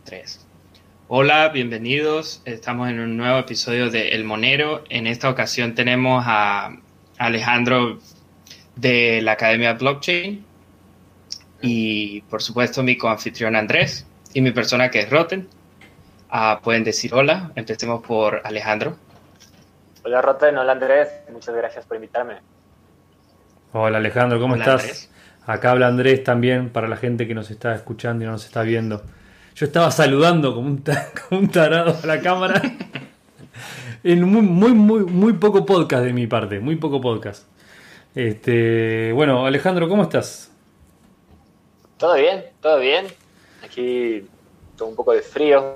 Tres. Hola, bienvenidos. Estamos en un nuevo episodio de El Monero. En esta ocasión tenemos a Alejandro de la Academia Blockchain y, por supuesto, mi coanfitrión Andrés y mi persona que es Roten. Pueden decir hola. Empecemos por Alejandro. Hola Roten, hola Andrés, muchas gracias por invitarme. Hola Alejandro, ¿cómo Hola, estás? Andrés. Acá habla Andrés también para la gente que nos está escuchando y no nos está viendo. Yo estaba saludando como como un tarado a la cámara en muy poco podcast de mi parte, muy poco podcast. Bueno, Alejandro, ¿cómo estás? Todo bien, todo bien. Aquí con un poco de frío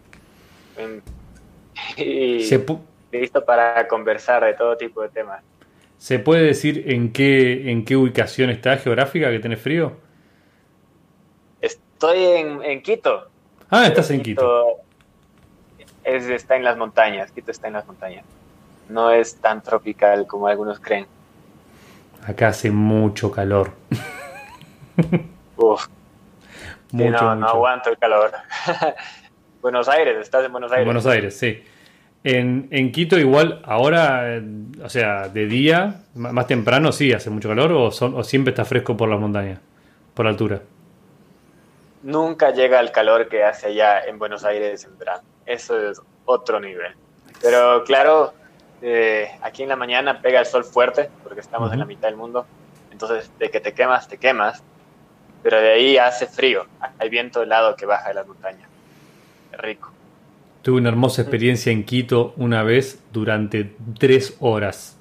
y ¿Se, pu- listo para conversar de todo tipo de temas. ¿Se puede decir en qué ubicación estás geográfica que tenés frío? Estoy en Quito, Ah, pero estás en Quito. Quito está en las montañas, Quito está en las montañas. No es tan tropical como algunos creen. Acá hace mucho calor. Uf, sí, Mucho, no mucho. aguanto el calor. Buenos Aires, estás en Buenos En Aires. Buenos Aires, sí. En Quito igual, ahora, o sea, de día, más temprano sí, hace mucho calor o siempre está fresco por las montañas, por la altura. Nunca llega el calor que hace allá en Buenos Aires en verano. Eso es otro nivel. Pero claro, aquí en la mañana pega el sol fuerte porque estamos en la Ujú. mitad del mundo. Entonces, de que te quemas, te quemas. Pero de ahí hace frío. Hay viento helado que baja de las montañas. Es rico. Tuve una hermosa experiencia en Quito una vez durante 3 horas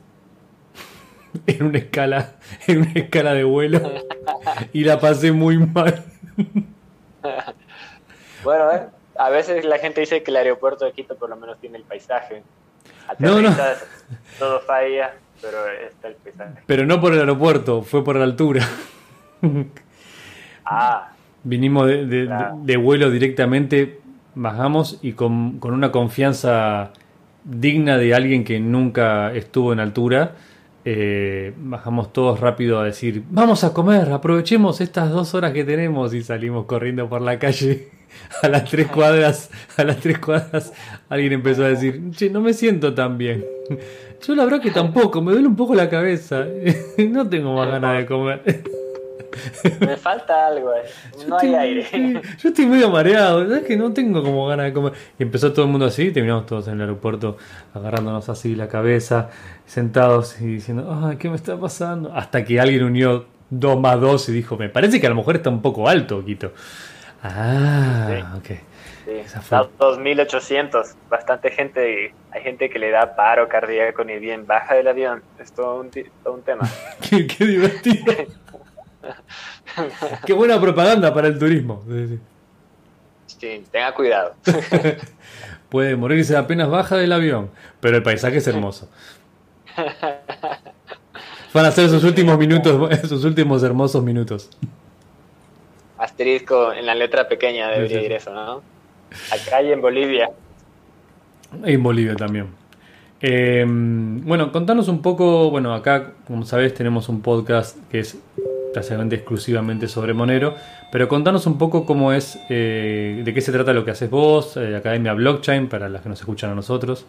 en una escala de vuelo y la pasé muy mal. Bueno, a veces la gente dice que el aeropuerto de Quito por lo menos tiene el paisaje. No, no, Aterrizas, todo falla, pero está el paisaje. pero no por el aeropuerto, fue por la altura. Ah, Vinimos claro. de vuelo directamente, bajamos y con una confianza digna de alguien que nunca estuvo en altura, bajamos todos rápido a decir, vamos a comer, aprovechemos estas 2 horas que tenemos y salimos corriendo por la calle a las 3 cuadras, a las 3 cuadras alguien empezó a decir, che, no me siento tan bien. Yo la verdad que tampoco, me duele un poco la cabeza, no tengo más ganas de comer. Me falta algo, no hay aire. Sí, yo estoy medio mareado, es que no tengo como ganas de comer. Y empezó todo el mundo así, y terminamos todos en el aeropuerto agarrándonos así la cabeza, sentados y diciendo, ay, ¿qué me está pasando? Hasta que alguien unió 2 más 2 y dijo, me parece que a lo mejor está un poco alto, Quito. Sí, Ah, ok. sí. Esa fue. Está 2800. Bastante gente, hay gente que le da paro cardíaco ni bien baja del avión. Es todo un tema. Qué divertido. Qué buena propaganda para el turismo. Sí, sí. Sí, tenga cuidado. Puede morirse apenas baja del avión, pero el paisaje es hermoso. Van a ser sus últimos Tenga cuidado. minutos, sus últimos hermosos minutos. Asterisco en la letra pequeña Sí, debería sí, ir sí. eso, ¿no? Acá y en Bolivia. En Bolivia también. Bueno, contanos un poco. Bueno, acá, como sabés, tenemos un podcast que es prácticamente exclusivamente sobre Monero. Pero contanos un poco cómo es, de qué se trata lo que haces vos, Academia Blockchain, para las que nos escuchan a nosotros.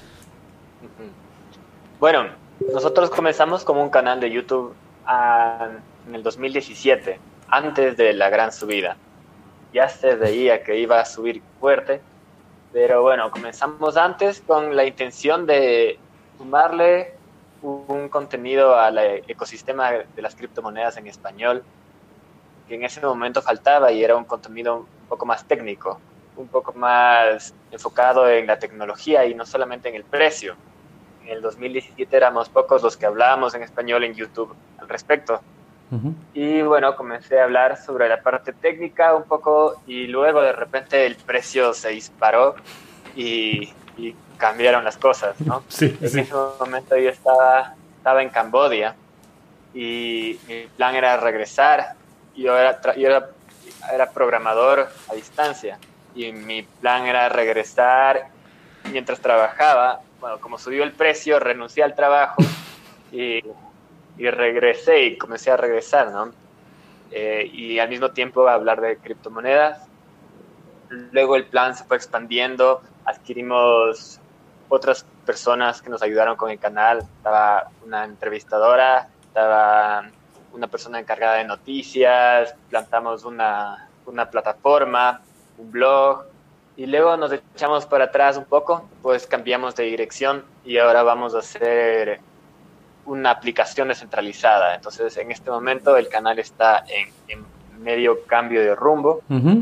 Bueno, nosotros comenzamos como un canal de YouTube en el 2017, antes de la gran subida. Ya se veía que iba a subir fuerte, pero bueno, comenzamos antes con la intención de sumarle un contenido al ecosistema de las criptomonedas en español, que en ese momento faltaba y era un contenido un poco más técnico, un poco más enfocado en la tecnología y no solamente en el precio. En el 2017 éramos pocos los que hablábamos en español en YouTube al respecto. Ujú. Y bueno, comencé a hablar sobre la parte técnica un poco y luego de repente el precio se disparó y cambiaron las cosas, ¿no? Sí, En sí. ese momento yo estaba en Camboya y mi plan era regresar. Yo era programador a distancia y mi plan era regresar mientras trabajaba. Bueno, como subió el precio, renuncié al trabajo y, y regresé y comencé a regresar, ¿no? Y al mismo tiempo hablar de criptomonedas. luego el plan se fue expandiendo, adquirimos otras personas que nos ayudaron con el canal. Estaba una entrevistadora, estaba una persona encargada de noticias, plantamos una plataforma, un blog, y luego nos echamos para atrás un poco, pues cambiamos de dirección y ahora vamos a hacer una aplicación descentralizada. Entonces, en este momento el canal está en medio cambio de rumbo. Uh-huh.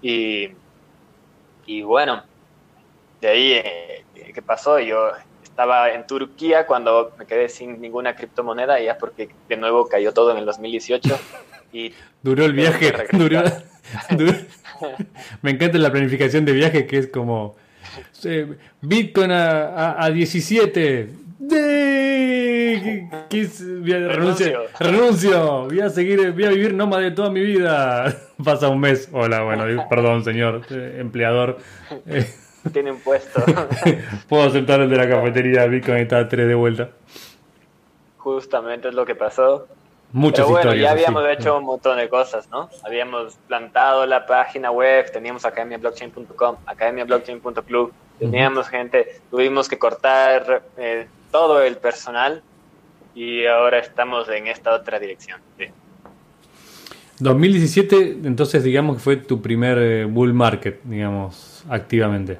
Y bueno, de ahí, ¿qué pasó? Yo estaba en Turquía cuando me quedé sin ninguna criptomoneda, ya porque de nuevo cayó todo en el 2018. Y duró el viaje, duró. Me encanta la planificación de viaje, que es como Bitcoin a 17. Renuncio, voy a vivir nómada de toda mi vida. Pasa un mes. Hola, bueno, perdón, señor empleador. Tiene un puesto. Puedo aceptar el de la cafetería. Bitcoin está a 3 de vuelta. Justamente es lo que pasó. Muchas Pero bueno, historias. ya habíamos hecho un montón de cosas, ¿no? Habíamos plantado la página web, teníamos academiablockchain.com, academiablockchain.club, teníamos gente, tuvimos que cortar todo el personal y ahora estamos en esta otra dirección. Sí. 2017, entonces digamos que fue tu primer bull market, digamos, activamente.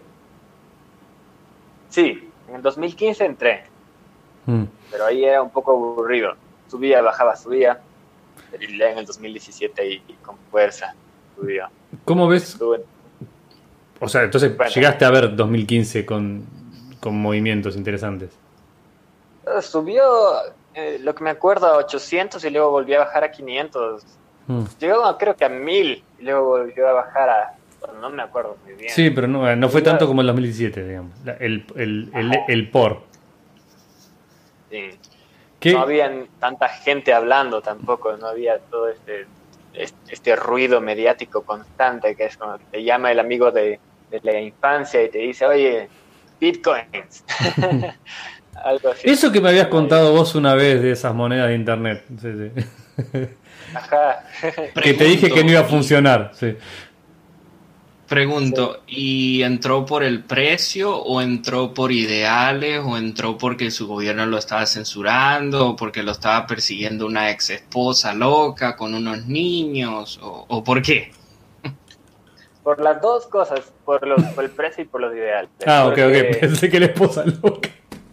Sí, en el 2015 entré, pero ahí era un poco aburrido. Subía, bajaba, subía. Y en el 2017 y con fuerza subió. ¿Cómo ves? O sea, entonces llegaste a ver 2015 con movimientos interesantes. Subió, lo que me acuerdo, a 800 y luego volvió a bajar a 500. Llegó creo que a 1000 y luego volvió a bajar a... Bueno, no me acuerdo muy bien. Sí, pero no fue tanto como el 2017, digamos. El por. Sí. ¿Qué? No había tanta gente hablando tampoco, no había todo este ruido mediático constante que es como que te llama el amigo de la infancia y te dice, oye, bitcoins. Algo así. Eso que me habías contado vos una vez de esas monedas de internet. Sí. Ajá. Que te dije que no iba a funcionar. Sí. Pregunto, ¿y entró por el precio o entró por ideales o entró porque su gobierno lo estaba censurando o porque lo estaba persiguiendo una ex esposa loca con unos niños o por qué? Por las dos cosas, por el precio y por los ideales. Ok, pensé que la esposa loca.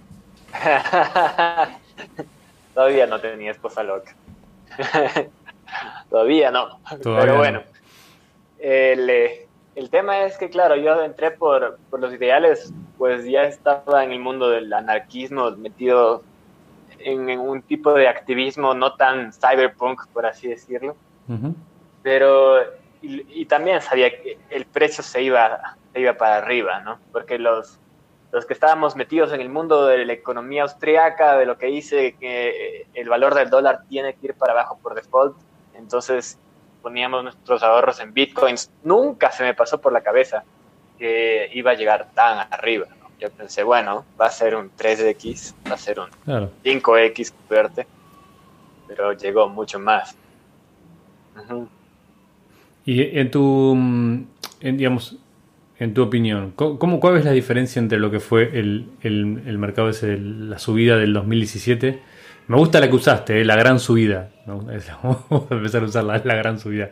Todavía no tenía esposa loca. Todavía no. Pero bueno, el tema es que, claro, yo entré por los ideales, pues ya estaba en el mundo del anarquismo, metido en un tipo de activismo no tan cyberpunk, por así decirlo. Uh-huh. Pero, y también sabía que el precio se iba para arriba, ¿no? Porque los que estábamos metidos en el mundo de la economía austriaca, de lo que dice que el valor del dólar tiene que ir para abajo por default, entonces poníamos nuestros ahorros en bitcoins. Nunca se me pasó por la cabeza que iba a llegar tan arriba, ¿no? Yo pensé, bueno, va a ser un 3X, va a ser un 5X, suerte, pero llegó mucho más. Uh-huh. Y en tu opinión, ¿cuál es la diferencia entre lo que fue el mercado ese, la subida del 2017? Me gusta la que usaste, la gran subida. Vamos a empezar a usar la gran subida.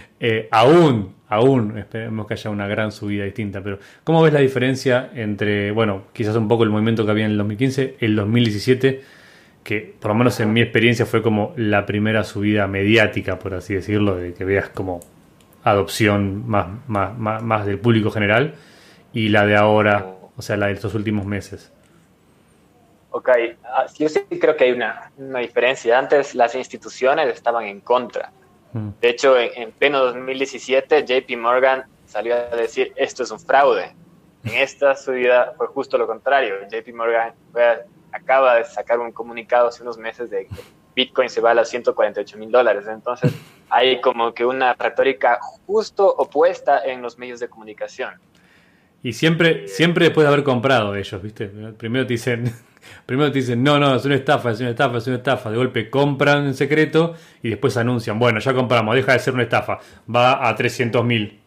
Aún esperemos que haya una gran subida distinta, pero ¿cómo ves la diferencia entre, bueno, quizás un poco el movimiento que había en el 2015, el 2017, que por lo menos en mi experiencia fue como la primera subida mediática, por así decirlo, de que veas como adopción más del público general, y la de ahora, o sea, la de estos últimos meses? Ok, yo sí creo que hay una diferencia. Antes las instituciones estaban en contra. De hecho, en pleno 2017, JP Morgan salió a decir, esto es un fraude. En esta subida fue justo lo contrario. JP Morgan acaba de sacar un comunicado hace unos meses de que Bitcoin se va a los $148,000. Entonces, hay como que una retórica justo opuesta en los medios de comunicación. Y siempre después de haber comprado ellos, ¿viste? Primero te dicen, no, es una estafa. De golpe compran en secreto y después anuncian, bueno, ya compramos, deja de ser una estafa, va a 300,000.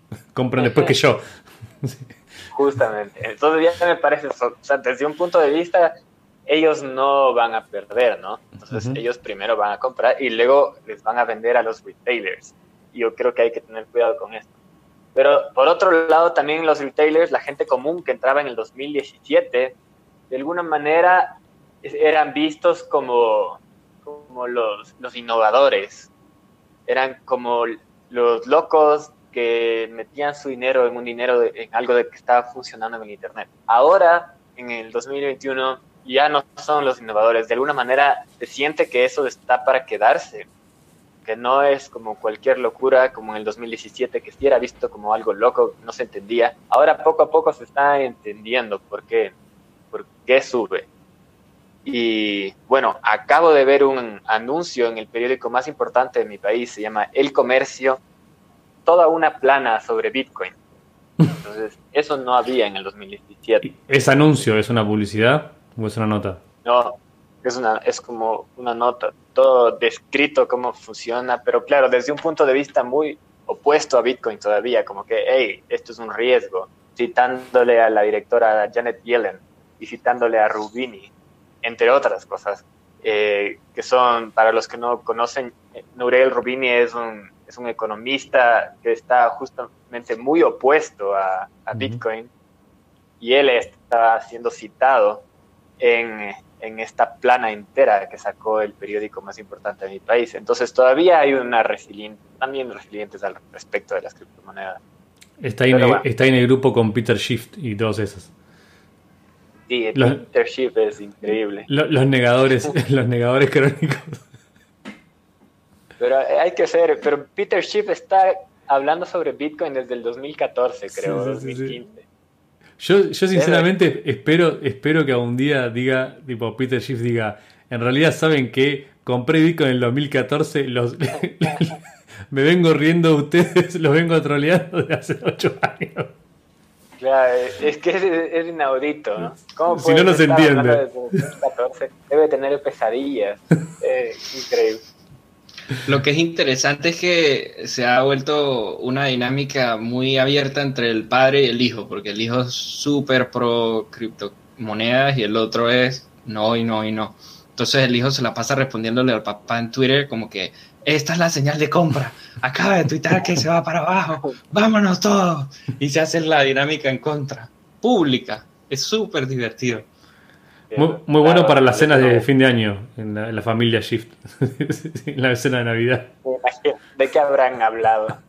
compran después que yo. Justamente. Entonces ya me parece, o sea, desde un punto de vista, ellos no van a perder, ¿no? Entonces ellos primero van a comprar y luego les van a vender a los retailers. Y yo creo que hay que tener cuidado con esto. Pero por otro lado, también los retailers, la gente común que entraba en el 2017, de alguna manera eran vistos como los innovadores. Eran como los locos que metían su dinero en algo de que estaba funcionando en el Internet. Ahora, en el 2021, ya no son los innovadores. De alguna manera se siente que eso está para quedarse, que no es como cualquier locura, como en el 2017, que sí era visto como algo loco, no se entendía. Ahora poco a poco se está entendiendo por qué sube. Y bueno, acabo de ver un anuncio en el periódico más importante de mi país, se llama El Comercio, toda una plana sobre Bitcoin. Entonces, eso no había en el 2017. ¿Es anuncio? ¿Es una publicidad o es una nota? No, es como una nota, todo descrito cómo funciona, pero claro, desde un punto de vista muy opuesto a Bitcoin todavía, como que, hey, esto es un riesgo, citándole a la directora Janet Yellen y citándole a Rubini, entre otras cosas, que son, para los que no conocen, Nouriel Roubini es un economista que está justamente muy opuesto a Bitcoin, y él está siendo citado en esta plana entera que sacó el periódico más importante de mi país. Entonces todavía hay también resilientes al respecto de las criptomonedas. Está ahí en el grupo con Peter Schiff y todos esos. Sí, Peter Schiff es increíble. Los negadores crónicos. Pero pero Peter Schiff está hablando sobre Bitcoin desde el 2014, creo, 2015. Yo sinceramente espero que algún día diga, tipo Peter Schiff diga, en realidad saben que compré Bitcoin en el 2014, me vengo riendo de ustedes, los vengo troleando de hace 8 años. Claro, es que es inaudito, ¿no? ¿Cómo si no, no se entiende. Desde 2014? Debe tener pesadillas. Increíble. Lo que es interesante es que se ha vuelto una dinámica muy abierta entre el padre y el hijo, porque el hijo es súper pro criptomonedas y el otro es no y no y no. Entonces el hijo se la pasa respondiéndole al papá en Twitter como que esta es la señal de compra, acaba de tuitar que se va para abajo, vámonos todos. Y se hace la dinámica en contra, pública, es súper divertido. Muy bueno para las cenas de fin de año en la familia Shift. En la cena de Navidad. ¿De qué habrán hablado?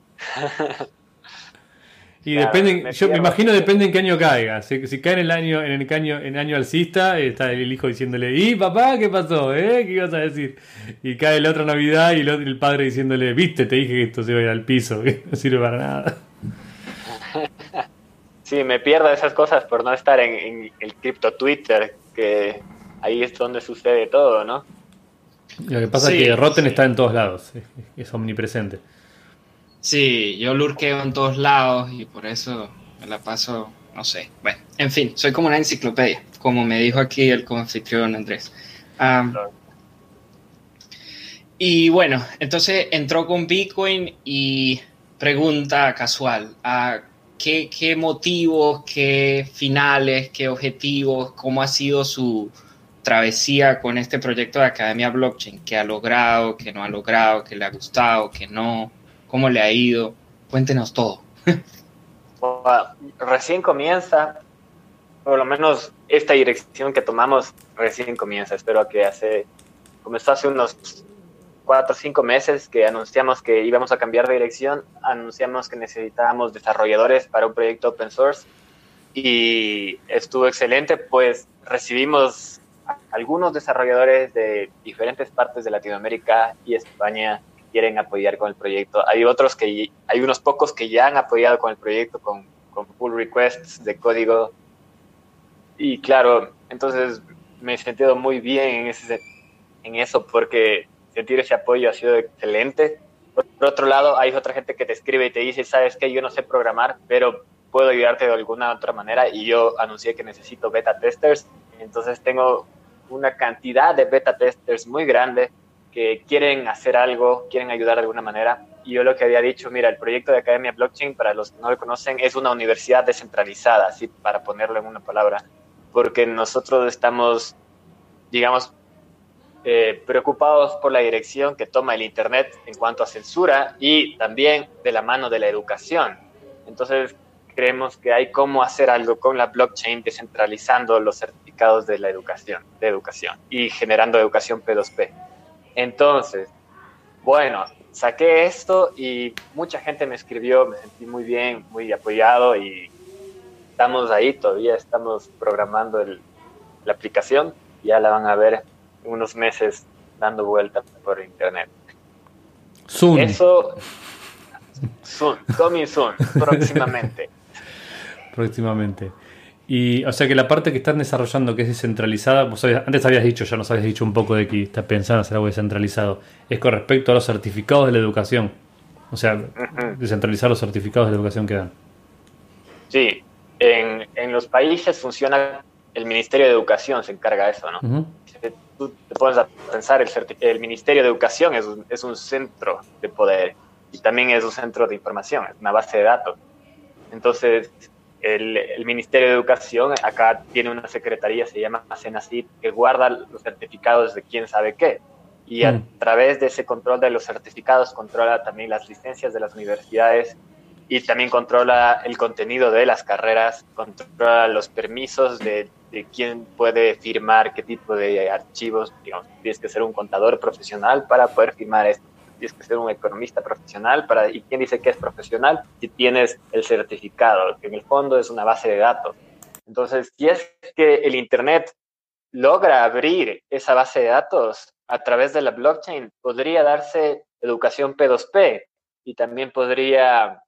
Y depende, yo me imagino depende en qué año caiga. Si cae en el año alcista, está el hijo diciéndole, ¿y papá qué pasó? ¿Qué ibas a decir? Y cae la otra Navidad y el padre diciéndole, viste, te dije que esto se iba a ir al piso, que no sirve para nada. Sí, me pierdo esas cosas por no estar en el cripto Twitter, que ahí es donde sucede todo, ¿no? Lo que pasa es que Rotten está en todos lados, es omnipresente. Sí, yo lurqueo en todos lados y por eso me la paso, no sé. Bueno, en fin, soy como una enciclopedia, como me dijo aquí el coanfitrión Andrés. Y bueno, entonces entró con Bitcoin y pregunta casual, ¿qué motivos, qué finales, qué objetivos, cómo ha sido su travesía con este proyecto de Academia Blockchain? ¿Qué ha logrado, qué no ha logrado, qué le ha gustado, qué no? ¿Cómo le ha ido? Cuéntenos todo. Recién comienza, por lo menos esta dirección que tomamos recién comienza. Espero que comenzó hace unos 4 o 5 meses que anunciamos que íbamos a cambiar de dirección, anunciamos que necesitábamos desarrolladores para un proyecto open source y estuvo excelente, pues recibimos algunos desarrolladores de diferentes partes de Latinoamérica y España que quieren apoyar con el proyecto. Hay unos pocos que ya han apoyado con el proyecto con pull requests de código y claro, entonces me he sentido muy bien en eso porque sentir ese apoyo ha sido excelente. Por otro lado, hay otra gente que te escribe y te dice, ¿sabes qué? Yo no sé programar, pero puedo ayudarte de alguna otra manera. Y yo anuncié que necesito beta testers. Entonces tengo una cantidad de beta testers muy grande que quieren hacer algo, quieren ayudar de alguna manera. y yo lo que había dicho, mira, el proyecto de Academia Blockchain, para los que no lo conocen, es una universidad descentralizada, así para ponerlo en una palabra, porque nosotros estamos, digamos, preocupados por la dirección que toma el Internet en cuanto a censura y también de la mano de la educación. Entonces, creemos que hay cómo hacer algo con la blockchain descentralizando los certificados de la educación y generando educación P2P. Entonces, bueno, saqué esto y mucha gente me escribió, me sentí muy bien, muy apoyado y estamos ahí, todavía estamos programando la aplicación, ya la van a ver en unos meses dando vueltas por internet. Soon. Eso, coming soon, próximamente. Próximamente. Y, o sea que la parte que están desarrollando, que es descentralizada, vos antes habías dicho, ya nos habías dicho un poco de que estás pensando en hacer algo descentralizado, es con respecto a los certificados de la educación. O sea, descentralizar los certificados de la educación que dan. Sí, en los países funciona el Ministerio de Educación, se encarga de eso, ¿no? Tú te pones a pensar, el Ministerio de Educación es un centro de poder y también es un centro de información, es una base de datos. Entonces, el Ministerio de Educación acá tiene una secretaría, se llama Senacid, que guarda los certificados de quién sabe qué. Y a través de ese control de los certificados, controla también las licencias de las universidades y también controla el contenido de las carreras, controla los permisos de quién puede firmar qué tipo de archivos. Digamos, tienes que ser un contador profesional para poder firmar esto. Tienes que ser un economista profesional ¿y quién dice que es profesional? Si tienes el certificado, que en el fondo es una base de datos. Entonces, si es que el Internet logra abrir esa base de datos a través de la blockchain, podría darse educación P2P y también podría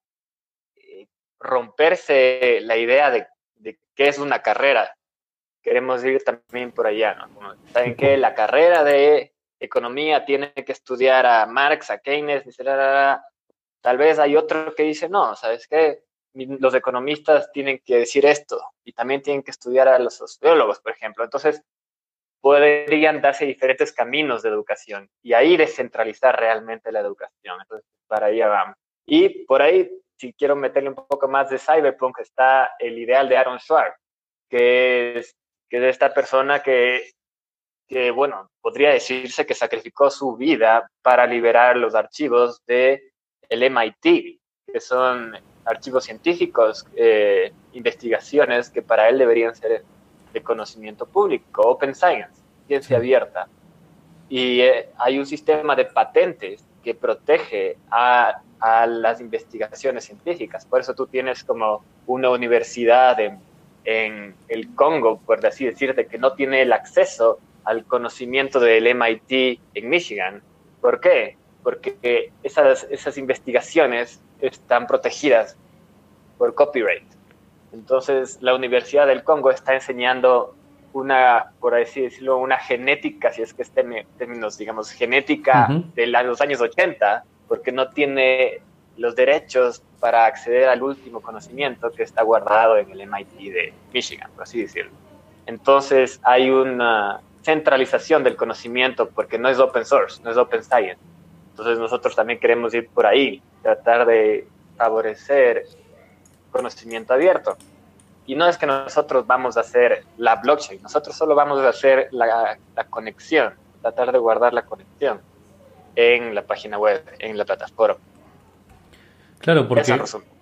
romperse la idea de qué es una carrera. Queremos ir también por allá, ¿no? Como, ¿saben qué? La carrera de economía tiene que estudiar a Marx, a Keynes, tal vez hay otro que dice, no, ¿sabes qué? Los economistas tienen que decir esto y también tienen que estudiar a los sociólogos, por ejemplo. Entonces, podrían darse diferentes caminos de educación y ahí descentralizar realmente la educación. Entonces, para allá vamos. Y por ahí, si quiero meterle un poco más de cyberpunk, está el ideal de Aaron Swartz, que es esta persona que, bueno, podría decirse que sacrificó su vida para liberar los archivos del MIT, que son archivos científicos, investigaciones que para él deberían ser de conocimiento público, open science, ciencia abierta. Y hay un sistema de patentes que protege a las investigaciones científicas. Por eso tú tienes como una universidad en el Congo, por así decirte, que no tiene el acceso al conocimiento del MIT en Michigan. ¿Por qué? Porque esas investigaciones están protegidas por copyright. Entonces, la Universidad del Congo está enseñando por así decirlo, una genética, si es que es términos, digamos, genética de los años 80, porque no tiene los derechos para acceder al último conocimiento que está guardado en el MIT de Michigan, por así decirlo. Entonces, hay una centralización del conocimiento porque no es open source, no es open science. Entonces, nosotros también queremos ir por ahí, tratar de favorecer conocimiento abierto. Y no es que nosotros vamos a hacer la blockchain, nosotros solo vamos a hacer la conexión, tratar de guardar la conexión en la página web, en la plataforma. Claro, porque...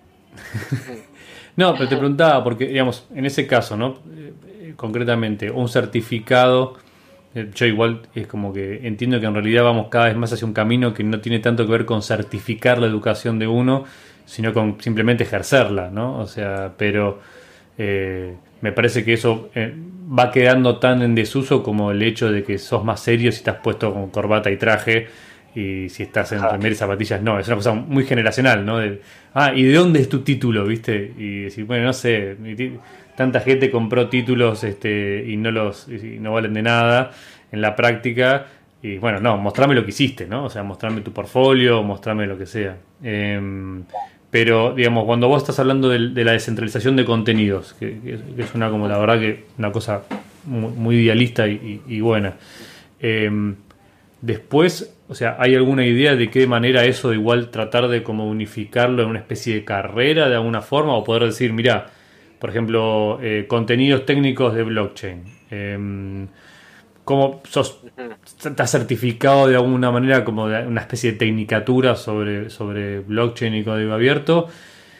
No, pero te preguntaba, porque, digamos, en ese caso, ¿no? Concretamente, un certificado, yo igual es como que entiendo que en realidad vamos cada vez más hacia un camino que no tiene tanto que ver con certificar la educación de uno, sino con simplemente ejercerla, ¿no? O sea, pero me parece que eso va quedando tan en desuso como el hecho de que sos más serio si estás puesto con corbata y traje, y si estás en remera y zapatillas, no, es una cosa muy generacional, ¿no? ¿Y de dónde es tu título, viste? Y decir, bueno, no sé, tanta gente compró títulos y no valen de nada en la práctica, y bueno, no, mostrame lo que hiciste, ¿no? O sea, mostrame tu portfolio, mostrame lo que sea. Pero, digamos, cuando vos estás hablando de la descentralización de contenidos, que es una, como la verdad que una cosa muy, muy idealista y buena, Después, o sea, ¿hay alguna idea de qué manera eso de igual tratar de como unificarlo en una especie de carrera de alguna forma? O poder decir, mira, por ejemplo, contenidos técnicos de blockchain. ¿Cómo estás certificado de alguna manera como de una especie de tecnicatura sobre blockchain y código abierto?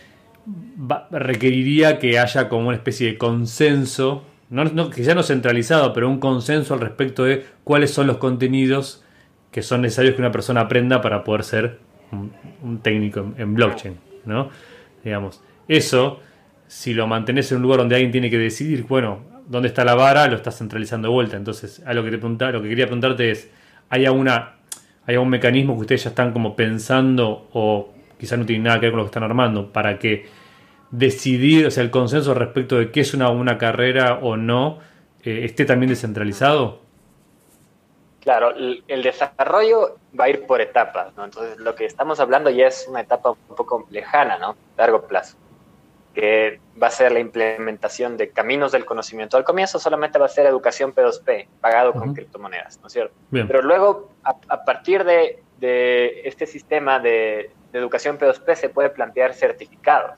Requeriría que haya como una especie de consenso, que ya no centralizado, pero un consenso al respecto de cuáles son los contenidos que son necesarios que una persona aprenda para poder ser un técnico en blockchain, ¿no? Digamos, eso, si lo mantenés en un lugar donde alguien tiene que decidir, bueno, dónde está la vara, lo estás centralizando de vuelta. Entonces, lo que quería preguntarte es, ¿hay algún mecanismo que ustedes ya están como pensando o quizás no tiene nada que ver con lo que están armando para que decidir, o sea, el consenso respecto de qué es una carrera o no, esté también descentralizado? Claro, el desarrollo va a ir por etapas, ¿no? Entonces, lo que estamos hablando ya es una etapa un poco lejana, ¿no? Largo plazo, que va a ser la implementación de caminos del conocimiento. Al comienzo solamente va a ser educación P2P, pagado con criptomonedas, ¿no es cierto? Bien. Pero luego, a partir de este sistema de educación P2P, se puede plantear certificados.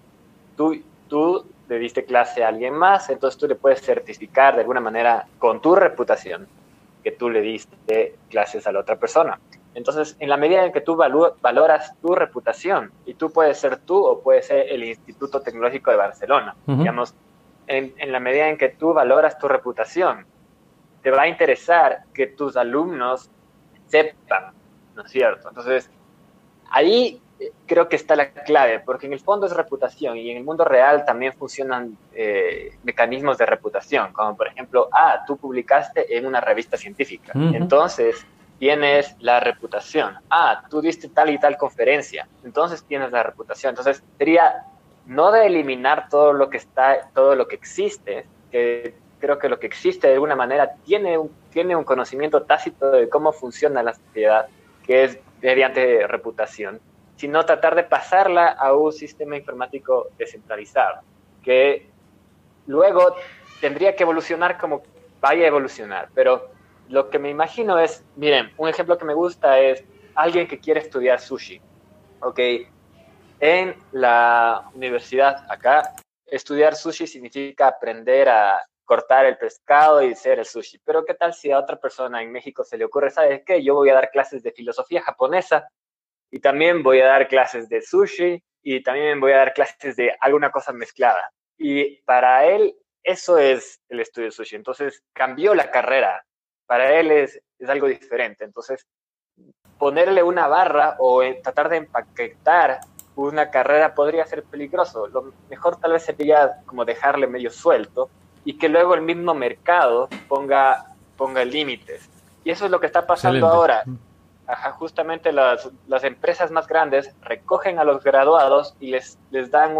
Tú le diste clase a alguien más, entonces tú le puedes certificar de alguna manera con tu reputación que tú le diste clases a la otra persona. Entonces, en la medida en que tú valoras tu reputación, y tú puedes ser tú o puede ser el Instituto Tecnológico de Barcelona, digamos, en la medida en que tú valoras tu reputación, te va a interesar que tus alumnos sepan, ¿no es cierto? Entonces, ahí creo que está la clave, porque en el fondo es reputación y en el mundo real también funcionan mecanismos de reputación, como por ejemplo, tú publicaste en una revista científica, entonces tienes la reputación. Tú diste tal y tal conferencia, entonces tienes la reputación. Entonces sería no de eliminar todo lo que existe, que creo que lo que existe de alguna manera tiene un conocimiento tácito de cómo funciona la sociedad, que es mediante reputación, sino tratar de pasarla a un sistema informático descentralizado, que luego tendría que evolucionar como vaya a evolucionar. Pero lo que me imagino es, miren, un ejemplo que me gusta es alguien que quiere estudiar sushi. ¿Ok? En la universidad acá, estudiar sushi significa aprender a cortar el pescado y hacer el sushi. Pero ¿qué tal si a otra persona en México se le ocurre, ¿sabes qué? Yo voy a dar clases de filosofía japonesa y también voy a dar clases de sushi y también voy a dar clases de alguna cosa mezclada. Y para él, eso es el estudio de sushi. Entonces, cambió la carrera. Para él es algo diferente. Entonces, ponerle una barra o tratar de empaquetar una carrera podría ser peligroso. Lo mejor tal vez sería como dejarle medio suelto y que luego el mismo mercado ponga límites. Y eso es lo que está pasando ahora. Justamente las empresas más grandes recogen a los graduados y les dan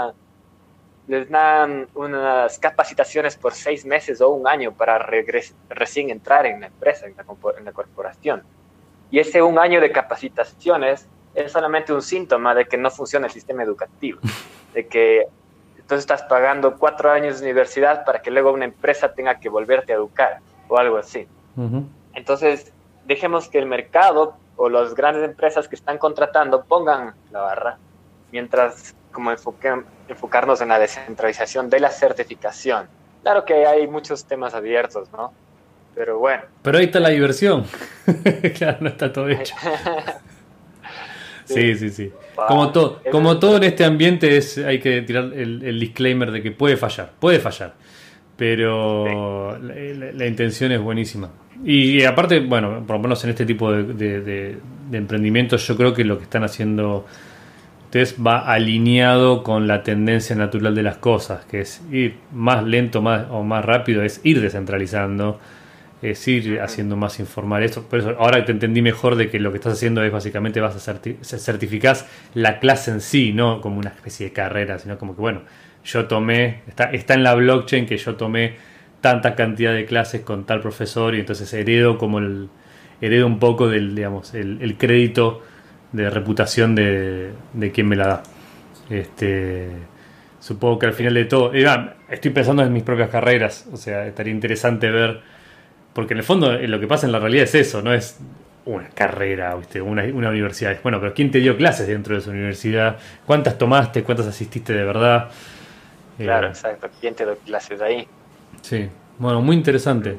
unas capacitaciones por 6 meses o un año para recién entrar en la empresa, en la corporación. Y ese un año de capacitaciones es solamente un síntoma de que no funciona el sistema educativo, de que entonces estás pagando 4 años de universidad para que luego una empresa tenga que volverte a educar o algo así. Entonces, dejemos que el mercado o las grandes empresas que están contratando pongan la barra, mientras como enfocarnos en la descentralización de la certificación. Claro que hay muchos temas abiertos, ¿no? Pero bueno. Pero ahí está la diversión. Claro, no está todo hecho. Sí. Wow. Como todo en este ambiente hay que tirar el disclaimer de que puede fallar, pero la intención es buenísima. Y aparte, bueno, por lo menos en este tipo de emprendimientos, yo creo que lo que están haciendo ustedes va alineado con la tendencia natural de las cosas, que es ir más lento o más rápido, es ir descentralizando, es ir haciendo más informal esto. Por eso ahora te entendí mejor de que lo que estás haciendo es básicamente vas a certificás la clase en sí, no como una especie de carrera, sino como que bueno, yo tomé, está en la blockchain que yo tomé tanta cantidad de clases con tal profesor y entonces heredo un poco del, digamos, el crédito de reputación de quien me la da. Supongo que al final de todo, estoy pensando en mis propias carreras, o sea, estaría interesante ver, porque en el fondo lo que pasa en la realidad es eso, no es una carrera, ¿viste? Una universidad. Bueno, pero ¿quién te dio clases dentro de esa universidad? ¿Cuántas tomaste? ¿Cuántas asististe de verdad? Claro, exacto. ¿Quién te dio clases ahí? Sí, bueno, muy interesante.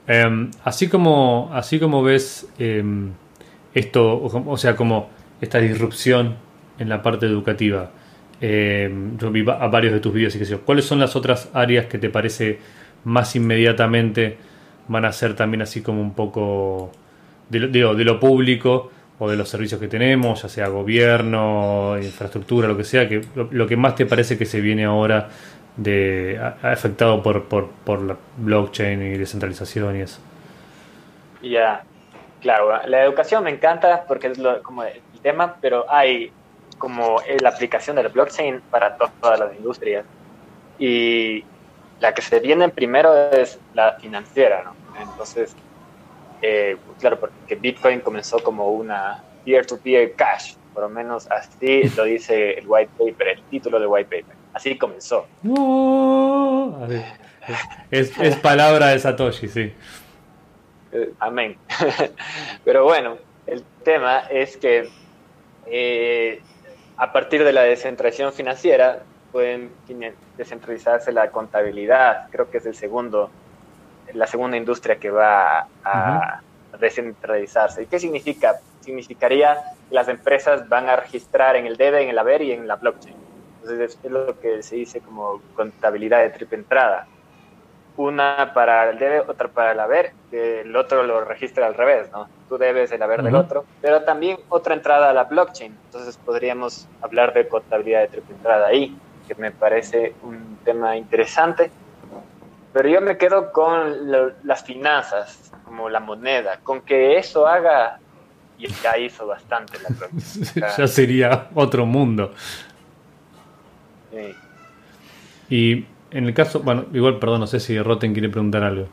Así como ves esto, o sea, como esta disrupción en la parte educativa, yo vi a varios de tus vídeos y qué sé yo, ¿cuáles son las otras áreas que te parece más inmediatamente van a ser también así como un poco de lo público o de los servicios que tenemos, ya sea gobierno, infraestructura, lo que sea, que lo que más te parece que se viene ahora afectado por la blockchain y descentralización y eso? Ya, claro, la educación me encanta porque es como el tema, pero hay como la aplicación del blockchain para todas las industrias. Y la que se viene primero es la financiera, ¿no? Entonces, claro, porque Bitcoin comenzó como una peer-to-peer cash, por lo menos así lo dice el white paper, el título del white paper. Así comenzó. ¡Oh! Es palabra de Satoshi, sí. Amén. Pero bueno, el tema es que a partir de la descentralización financiera pueden descentralizarse la contabilidad. Creo que es la segunda industria que va a descentralizarse. ¿Y qué significa? Significaría que las empresas van a registrar en el debe, en el haber y en la blockchain. Entonces es lo que se dice como contabilidad de triple entrada. Una para el debe, otra para el haber, que el otro lo registra al revés, ¿no? Tú debes el haber del otro, pero también otra entrada a la blockchain. Entonces podríamos hablar de contabilidad de triple entrada ahí, que me parece un tema interesante. Pero yo me quedo con las finanzas, como la moneda, con que eso haga, y ya hizo bastante la blockchain. Ya sería otro mundo. Sí. Y en el caso, bueno, igual, perdón, no sé si Roten quiere preguntar algo.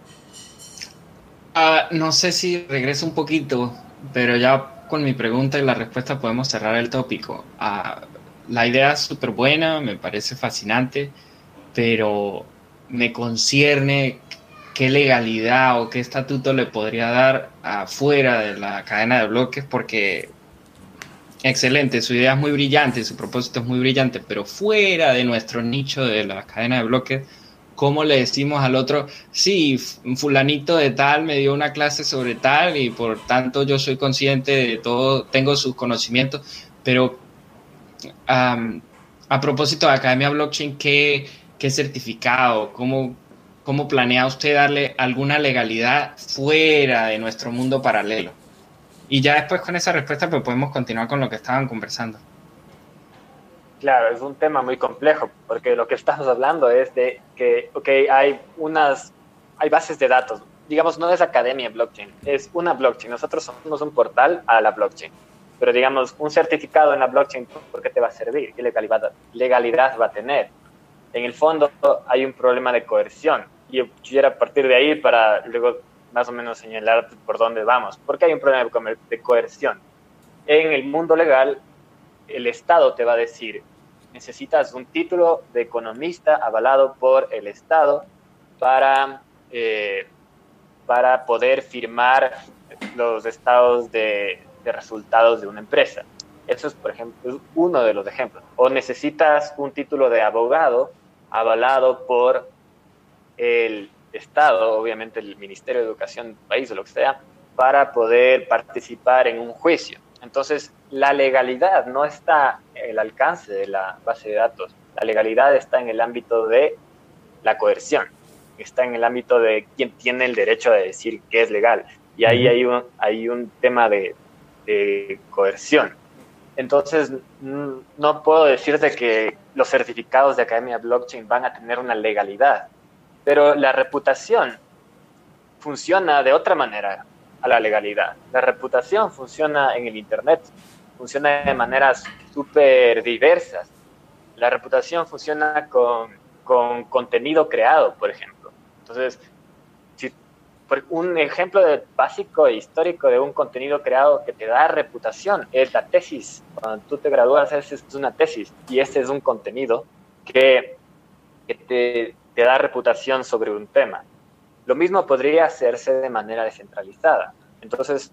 No sé si regreso un poquito, pero ya con mi pregunta y la respuesta podemos cerrar el tópico. La idea es súper buena, me parece fascinante, pero me concierne qué legalidad o qué estatuto le podría dar afuera de la cadena de bloques, porque excelente, su idea es muy brillante, su propósito es muy brillante, pero fuera de nuestro nicho de la cadena de bloques, ¿cómo le decimos al otro? Sí, fulanito de tal me dio una clase sobre tal y por tanto yo soy consciente de todo, tengo sus conocimientos, pero a propósito de Academia Blockchain, ¿qué certificado? ¿Cómo planea usted darle alguna legalidad fuera de nuestro mundo paralelo? Y ya después con esa respuesta pues podemos continuar con lo que estaban conversando. Claro, es un tema muy complejo, porque lo que estamos hablando es de que, hay bases de datos. Digamos, no es Academia Blockchain, es una blockchain. Nosotros somos un portal a la blockchain. Pero digamos, un certificado en la blockchain, ¿por qué te va a servir? ¿Qué legalidad va a tener? En el fondo hay un problema de coerción. Y yo quisiera partir de ahí para luego más o menos señalar por dónde vamos. ¿Por qué hay un problema de coerción? En el mundo legal, el Estado te va a decir, necesitas un título de economista avalado por el Estado para poder firmar los estados de resultados de una empresa. Eso es, por ejemplo, uno de los ejemplos. O necesitas un título de abogado avalado por el Estado, obviamente el Ministerio de Educación del país o lo que sea, para poder participar en un juicio. Entonces, la legalidad no está en el alcance de la base de datos. La legalidad está en el ámbito de la coerción. Está en el ámbito de quién tiene el derecho de decir qué es legal. Y ahí hay un tema de coerción. Entonces, no puedo decirte que los certificados de Academia Blockchain van a tener una legalidad, pero la reputación funciona de otra manera a la legalidad. La reputación funciona en el Internet, funciona de maneras súper diversas. La reputación funciona con contenido creado, por ejemplo. Entonces, un ejemplo básico e histórico de un contenido creado que te da reputación es la tesis. Cuando tú te gradúas, esa es una tesis y este es un contenido que te da reputación sobre un tema. Lo mismo podría hacerse de manera descentralizada. Entonces,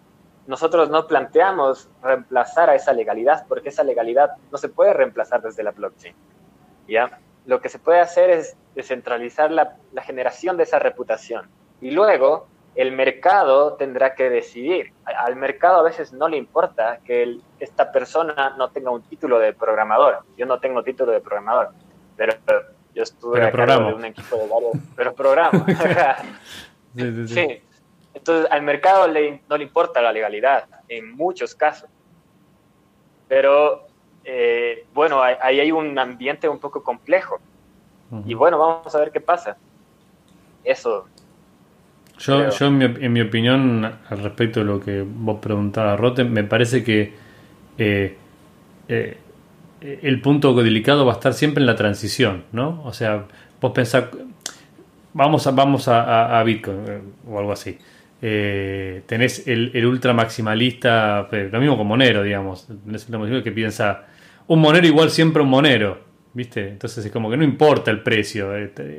nosotros no planteamos reemplazar a esa legalidad, porque esa legalidad no se puede reemplazar desde la blockchain, ¿ya? Lo que se puede hacer es descentralizar la generación de esa reputación. Y luego el mercado tendrá que decidir. Al mercado a veces no le importa que esta persona no tenga un título de programador. Yo no tengo título de programador, pero yo estuve a cargo de un equipo de varios... Pero programo. Sí. Entonces, al mercado no le importa la legalidad, en muchos casos. Pero, bueno, ahí hay un ambiente un poco complejo. Y bueno, vamos a ver qué pasa. Eso. Yo en mi opinión, al respecto de lo que vos preguntabas, Rotem, me parece que el punto delicado va a estar siempre en la transición, ¿no? O sea, vos pensás, vamos a Bitcoin o algo así. Tenés el ultra maximalista, lo mismo con Monero, digamos. Tenés el ultra que piensa, un Monero igual siempre un Monero, ¿viste? Entonces es como que no importa el precio.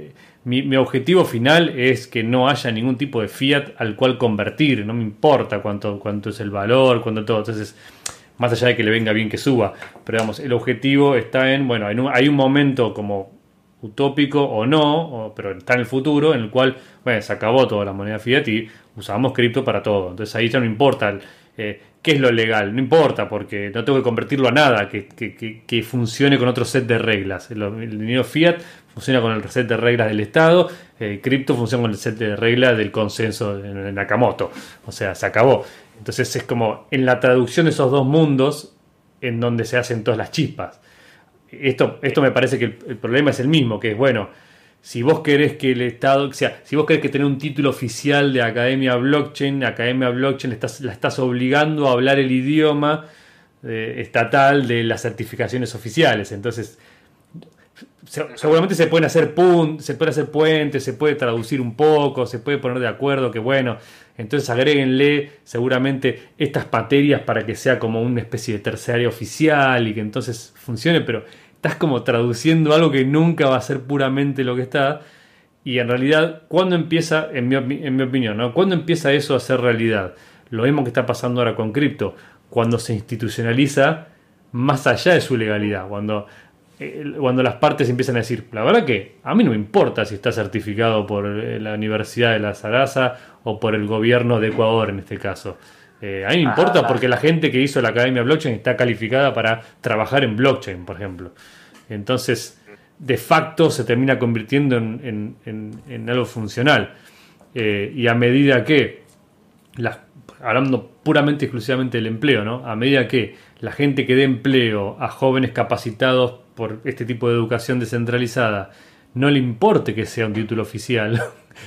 Mi objetivo final es que no haya ningún tipo de fiat al cual convertir. No me importa cuánto es el valor, cuánto todo. Entonces, más allá de que le venga bien que suba. Pero digamos, el objetivo está en, bueno, hay un momento como utópico o no, pero está en el futuro, en el cual, bueno, se acabó toda la moneda fiat y usamos cripto para todo. Entonces ahí ya no importa qué es lo legal, no importa, porque no tengo que convertirlo a nada que funcione con otro set de reglas. El dinero fiat funciona con el set de reglas del Estado, cripto funciona con el set de reglas del consenso de Nakamoto. O sea, se acabó. Entonces es como en la traducción de esos dos mundos en donde se hacen todas las chispas. Esto me parece que el problema es el mismo, que es, bueno, si vos querés que el Estado, o sea, si vos querés que tener un título oficial de Academia Blockchain la estás obligando a hablar el idioma estatal de las certificaciones oficiales. Entonces, seguramente se pueden hacer puentes, se puede traducir un poco, se puede poner de acuerdo que, bueno, entonces agréguenle seguramente estas materias para que sea como una especie de terciaria oficial y que entonces funcione, pero estás como traduciendo algo que nunca va a ser puramente lo que está. Y en realidad, ¿cuándo empieza, en mi opinión, ¿no? ¿Cuándo empieza eso a ser realidad? Lo mismo que está pasando ahora con cripto, cuando se institucionaliza más allá de su legalidad, cuando las partes empiezan a decir, la verdad que a mí no me importa si está certificado por la Universidad de La Sarasa o por el gobierno de Ecuador en este caso. A mí me importa porque la gente que hizo la Academia Blockchain está calificada para trabajar en blockchain, por ejemplo. Entonces, de facto se termina convirtiendo en algo funcional. Y a medida que, hablando puramente y exclusivamente del empleo, ¿no? A medida que la gente que dé empleo a jóvenes capacitados por este tipo de educación descentralizada no le importe que sea un título oficial,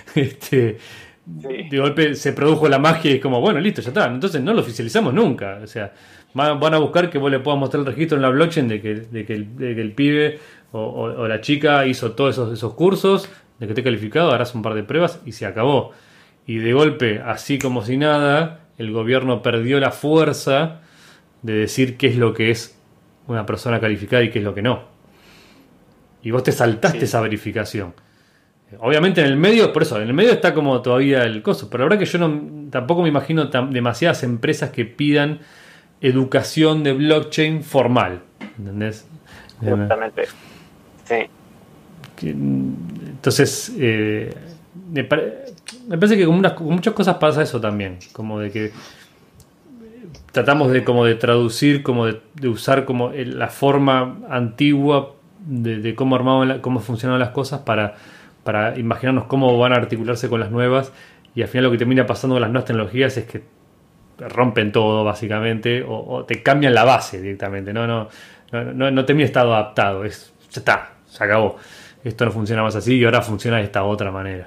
de golpe se produjo la magia y es como, bueno, listo, ya está, entonces no lo oficializamos nunca. O sea, van a buscar que vos le puedas mostrar el registro en la blockchain de que el pibe o la chica hizo todos esos cursos, de que esté calificado, harás un par de pruebas y se acabó. Y de golpe, así como si nada, el gobierno perdió la fuerza de decir qué es lo que es una persona calificada y qué es lo que no. Y vos te saltaste esa verificación. Obviamente en el medio, por eso, en el medio está como todavía el coso, pero la verdad que yo tampoco me imagino demasiadas empresas que pidan educación de blockchain formal, ¿entendés? Justamente, sí. Entonces, me parece que con muchas cosas pasa eso también, como de que tratamos de traducir, de usar como la forma antigua de cómo funcionaban las cosas para imaginarnos cómo van a articularse con las nuevas, y al final lo que termina pasando con las nuevas tecnologías es que rompen todo básicamente o te cambian la base directamente, no termina estado adaptado, ya está, se acabó, esto no funciona más así y ahora funciona de esta otra manera.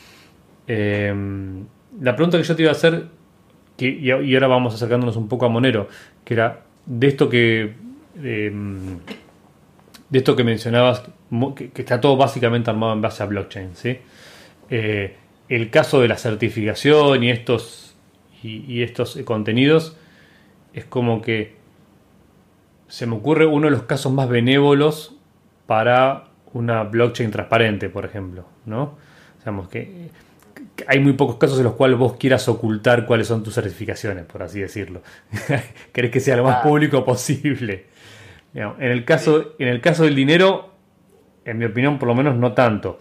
La pregunta que yo te iba a hacer, y ahora vamos acercándonos un poco a Monero, que era de esto que mencionabas, que está todo básicamente armado en base a blockchain, ¿sí? El caso de la certificación y estos contenidos es como que se me ocurre uno de los casos más benévolos para una blockchain transparente, por ejemplo, ¿no? Digamos que hay muy pocos casos en los cuales vos quieras ocultar cuáles son tus certificaciones, por así decirlo. Querés que sea lo más público posible. Digamos, en el caso del dinero, en mi opinión, por lo menos no tanto.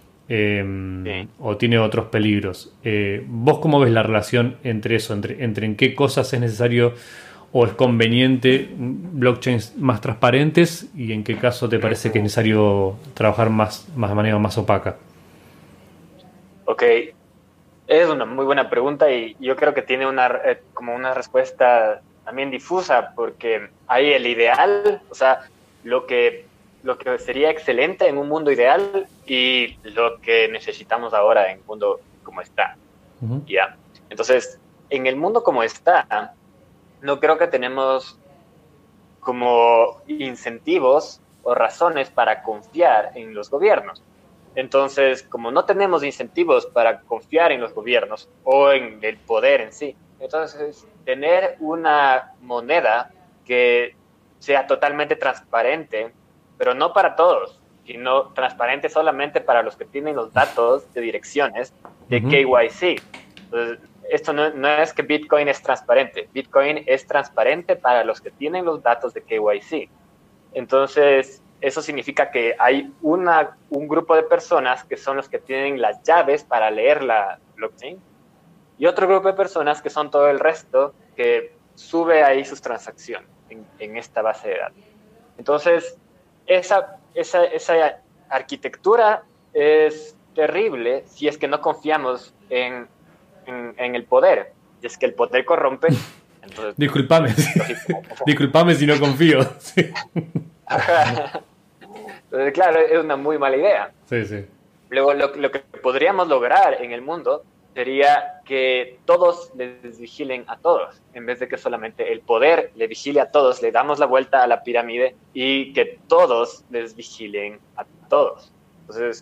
O tiene otros peligros. ¿Vos cómo ves la relación entre eso? Entre en qué cosas es necesario o es conveniente blockchains más transparentes y en qué caso te parece que es necesario trabajar más de manera más opaca. Ok, es una muy buena pregunta y yo creo que tiene como una respuesta también difusa, porque hay el ideal, o sea, lo que sería excelente en un mundo ideal y lo que necesitamos ahora en un mundo como está. Uh-huh. ¿Ya? Entonces, en el mundo como está, no creo que tenemos como incentivos o razones para confiar en los gobiernos. Entonces, como no tenemos incentivos para confiar en los gobiernos o en el poder en sí, entonces tener una moneda que sea totalmente transparente, pero no para todos, sino transparente solamente para los que tienen los datos de direcciones de KYC. Entonces, esto no es que Bitcoin es transparente. Bitcoin es transparente para los que tienen los datos de KYC. Entonces, eso significa que hay un grupo de personas que son los que tienen las llaves para leer la blockchain y otro grupo de personas que son todo el resto que sube ahí sus transacciones en esta base de datos. Entonces, esa arquitectura es terrible si es que no confiamos en el poder. Y es que el poder corrompe. Entonces, disculpame si no confío. Sí. Entonces, claro, es una muy mala idea. Sí. Luego, lo que podríamos lograr en el mundo sería que todos les vigilen a todos, en vez de que solamente el poder le vigile a todos, le damos la vuelta a la pirámide y que todos les vigilen a todos. Entonces,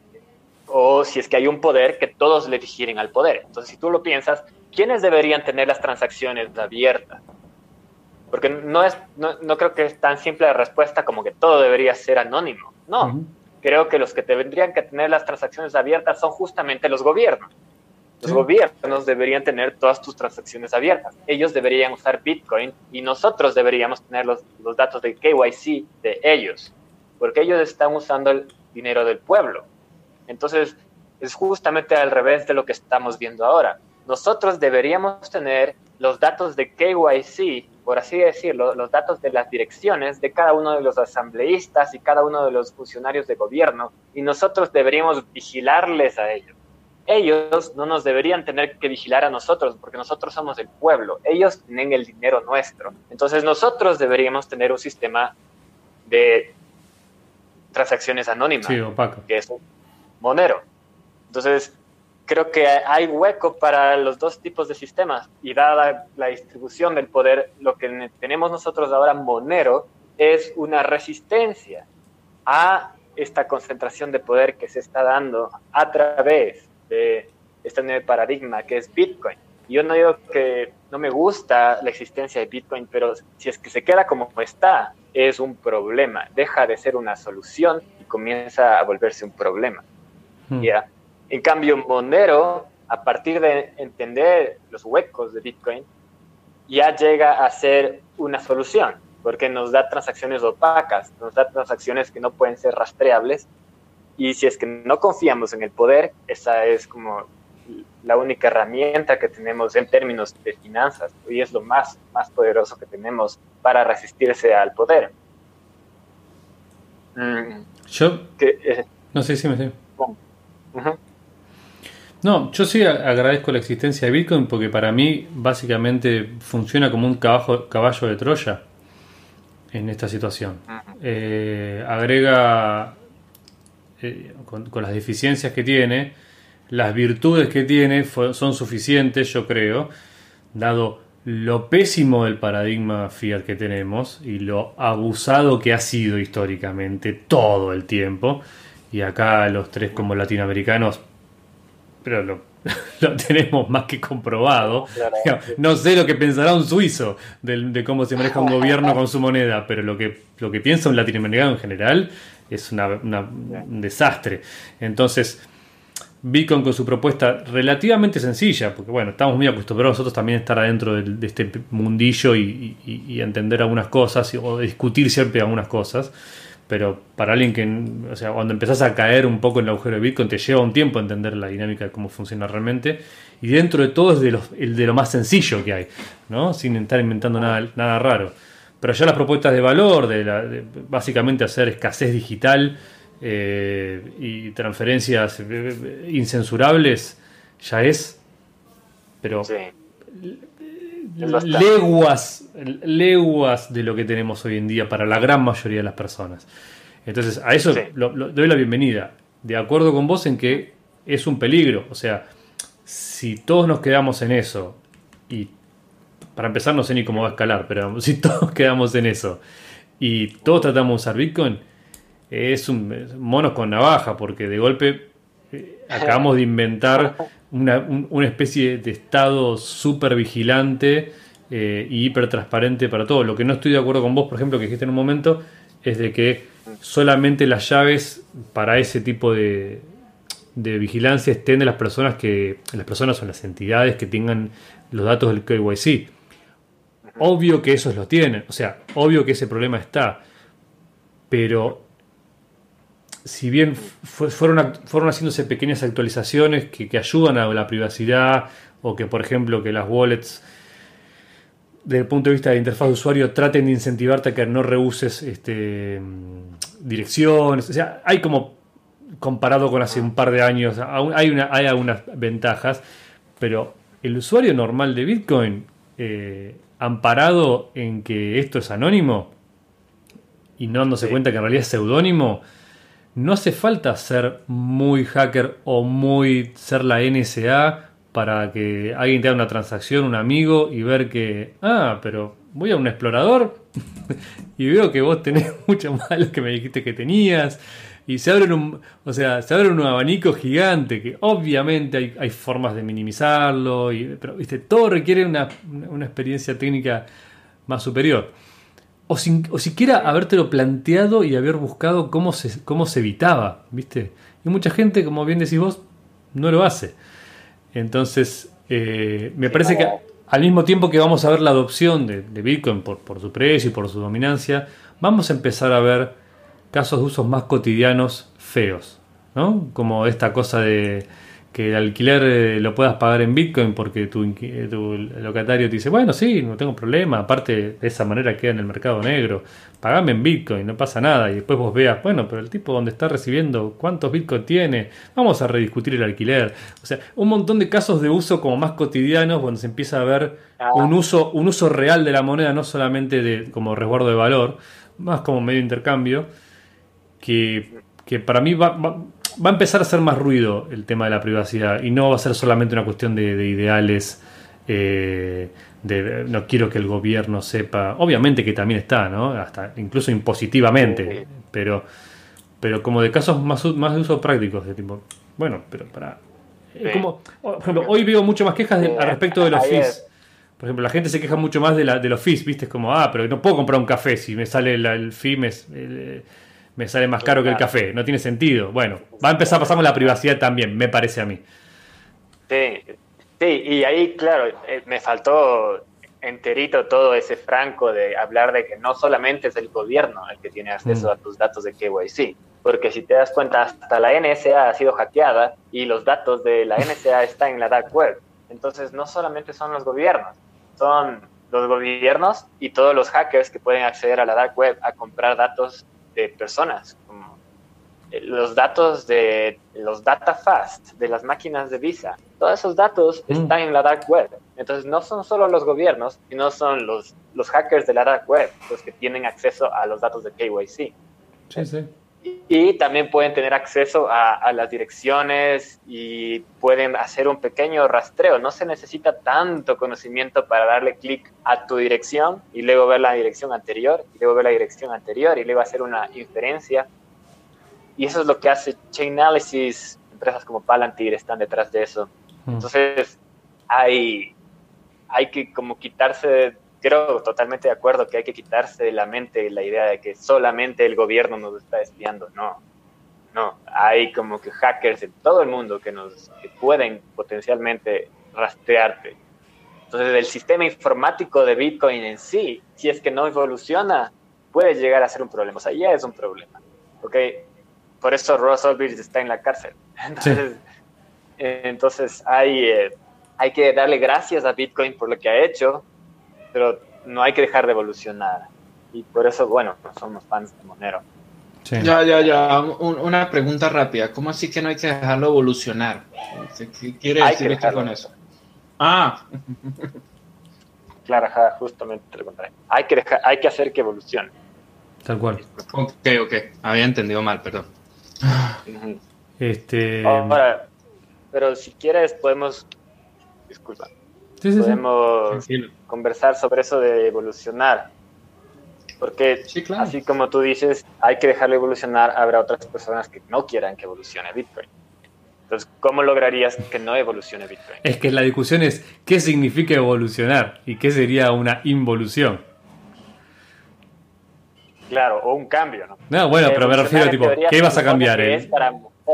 o si es que hay un poder, que todos le vigilen al poder. Entonces, si tú lo piensas, ¿quiénes deberían tener las transacciones abiertas? Porque no creo que es tan simple la respuesta como que todo debería ser anónimo. No, creo que los que tendrían que tener las transacciones abiertas son justamente los gobiernos. Los gobiernos deberían tener todas tus transacciones abiertas. Ellos deberían usar Bitcoin y nosotros deberíamos tener los datos de KYC de ellos, porque ellos están usando el dinero del pueblo. Entonces, es justamente al revés de lo que estamos viendo ahora. Nosotros deberíamos tener los datos de KYC, por así decirlo, los datos de las direcciones de cada uno de los asambleístas y cada uno de los funcionarios de gobierno, y nosotros deberíamos vigilarles a ellos. Ellos no nos deberían tener que vigilar a nosotros, porque nosotros somos el pueblo. Ellos tienen el dinero nuestro. Entonces nosotros deberíamos tener un sistema de transacciones anónimas, opaco, que es un Monero. Entonces, creo que hay hueco para los dos tipos de sistemas, y dada la distribución del poder, lo que tenemos nosotros ahora, Monero, es una resistencia a esta concentración de poder que se está dando a través de este nuevo paradigma que es Bitcoin. Yo no digo que no me gusta la existencia de Bitcoin, pero si es que se queda como está, es un problema. Deja de ser una solución y comienza a volverse un problema. ¿Ya? En cambio, Monero, a partir de entender los huecos de Bitcoin, ya llega a ser una solución, porque nos da transacciones opacas, nos da transacciones que no pueden ser rastreables, y si es que no confiamos en el poder, esa es como la única herramienta que tenemos en términos de finanzas, y es lo más poderoso que tenemos para resistirse al poder. No sé si me sé. No, yo sí agradezco la existencia de Bitcoin porque para mí básicamente funciona como un caballo de Troya en esta situación. Agrega con las deficiencias que tiene, las virtudes que tiene son suficientes, yo creo, dado lo pésimo del paradigma fiat que tenemos y lo abusado que ha sido históricamente todo el tiempo. Y acá los tres como latinoamericanos, pero lo tenemos más que comprobado. Claro. No sé lo que pensará un suizo de cómo se maneja un gobierno con su moneda, pero lo que piensa un latinoamericano en general es un desastre. Entonces, Bitcoin con su propuesta relativamente sencilla, porque bueno, estamos muy acostumbrados nosotros también a estar adentro de este mundillo y entender algunas cosas o discutir siempre algunas cosas, pero para alguien que, o sea, cuando empezás a caer un poco en el agujero de Bitcoin te lleva un tiempo entender la dinámica de cómo funciona realmente, y dentro de todo es de lo más sencillo que hay, ¿no? Sin estar inventando nada raro. Pero ya las propuestas de valor, de básicamente hacer escasez digital, y transferencias incensurables, ya es, pero Sí, leguas de lo que tenemos hoy en día para la gran mayoría de las personas. Entonces a eso sí. doy la bienvenida, de acuerdo con vos en que es un peligro. O sea, si todos nos quedamos en eso, y para empezar no sé ni cómo va a escalar, pero si todos quedamos en eso y todos tratamos de usar Bitcoin, es monos con navaja, porque de golpe acabamos de inventar una especie de estado súper vigilante, y hiper transparente para todo. Lo que no estoy de acuerdo con vos, por ejemplo, que dijiste en un momento, es de que solamente las llaves para ese tipo de vigilancia estén de las personas o las entidades que tengan los datos del KYC. Obvio que esos los tienen, o sea, obvio que ese problema está, pero si bien fueron haciéndose pequeñas actualizaciones que ayudan a la privacidad, o que por ejemplo que las wallets desde el punto de vista de interfaz de usuario traten de incentivarte a que no reuses direcciones, o sea, hay como, comparado con hace un par de años, hay algunas ventajas, pero el usuario normal de Bitcoin, amparado en que esto es anónimo y no dándose cuenta que en realidad es seudónimo, no hace falta ser muy hacker o muy ser la NSA para que alguien te haga una transacción, un amigo, y ver que, pero voy a un explorador y veo que vos tenés mucho más de lo que me dijiste que tenías, y se abre un abanico gigante que obviamente hay formas de minimizarlo, pero ¿viste? Todo requiere una experiencia técnica más superior. O siquiera habértelo planteado y haber buscado cómo se evitaba, ¿viste? Y mucha gente, como bien decís vos, no lo hace. Entonces, me parece que al mismo tiempo que vamos a ver la adopción de Bitcoin por su precio y por su dominancia, vamos a empezar a ver casos de usos más cotidianos feos, ¿no? Como esta cosa de que el alquiler lo puedas pagar en Bitcoin porque tu locatario te dice, bueno, sí, no tengo problema, aparte de esa manera queda en el mercado negro, pagame en Bitcoin, no pasa nada, y después vos veas, bueno, pero el tipo donde está recibiendo, ¿cuántos Bitcoin tiene? Vamos a rediscutir el alquiler. O sea, un montón de casos de uso como más cotidianos, donde se empieza a ver un uso real de la moneda, no solamente como resguardo de valor, más como medio de intercambio, que para mí va a empezar a hacer más ruido el tema de la privacidad, y no va a ser solamente una cuestión de ideales, no quiero que el gobierno sepa, obviamente que también está, ¿no? Hasta incluso impositivamente, pero como de casos más de uso prácticos, de tipo, bueno, pero para... como, por ejemplo, hoy veo mucho más quejas al respecto de los fees. Por ejemplo, la gente se queja mucho más de los fees, ¿viste? Es como, pero no puedo comprar un café si me sale el fee, me sale más caro que el café. No tiene sentido. Bueno, va a empezar a pasar con la privacidad también, me parece a mí. Sí, y ahí, claro, me faltó enterito todo ese franco de hablar de que no solamente es el gobierno el que tiene acceso a tus datos de KYC, porque si te das cuenta, hasta la NSA ha sido hackeada y los datos de la NSA están en la dark web. Entonces, no solamente son los gobiernos y todos los hackers que pueden acceder a la dark web a comprar datos de personas, como los datos de los data fast de las máquinas de Visa. Todos esos datos están en la dark web. Entonces no son solo los gobiernos, sino son los hackers de la dark web los que tienen acceso a los datos de KYC. Sí. Y también pueden tener acceso a las direcciones y pueden hacer un pequeño rastreo. No se necesita tanto conocimiento para darle clic a tu dirección y luego ver la dirección anterior y luego ver la dirección anterior y luego hacer una inferencia. Y eso es lo que hace Chainalysis. Empresas como Palantir están detrás de eso. Entonces hay que como quitarse, creo totalmente de acuerdo que hay que quitarse de la mente la idea de que solamente el gobierno nos está espiando. No, No, hay como que hackers en todo el mundo que pueden potencialmente rastrearte. Entonces, el sistema informático de Bitcoin en sí, si es que no evoluciona, puede llegar a ser un problema. O sea, ya es un problema. ¿Ok? Por eso Ross Ulbricht está en la cárcel. Entonces hay que darle gracias a Bitcoin por lo que ha hecho, pero no hay que dejar de evolucionar. Y por eso, bueno, somos fans de Monero. Sí. Ya. Una pregunta rápida. ¿Cómo así que no hay que dejarlo evolucionar? ¿Qué quiere decir esto con eso? Claro, justamente te lo contrario. Hay que hacer que evolucione. Tal cual. Ok. Había entendido mal, perdón. Ahora, pero si quieres podemos... Disculpa. Podemos conversar sobre eso de evolucionar. Porque claro, así como tú dices, hay que dejarlo evolucionar, habrá otras personas que no quieran que evolucione Bitcoin. Entonces, ¿cómo lograrías que no evolucione Bitcoin? Es que la discusión es ¿qué significa evolucionar? ¿Y qué sería una involución? Claro, o un cambio, ¿no? No, bueno, pero me refiero a tipo, ¿qué vas a cambiar? Es para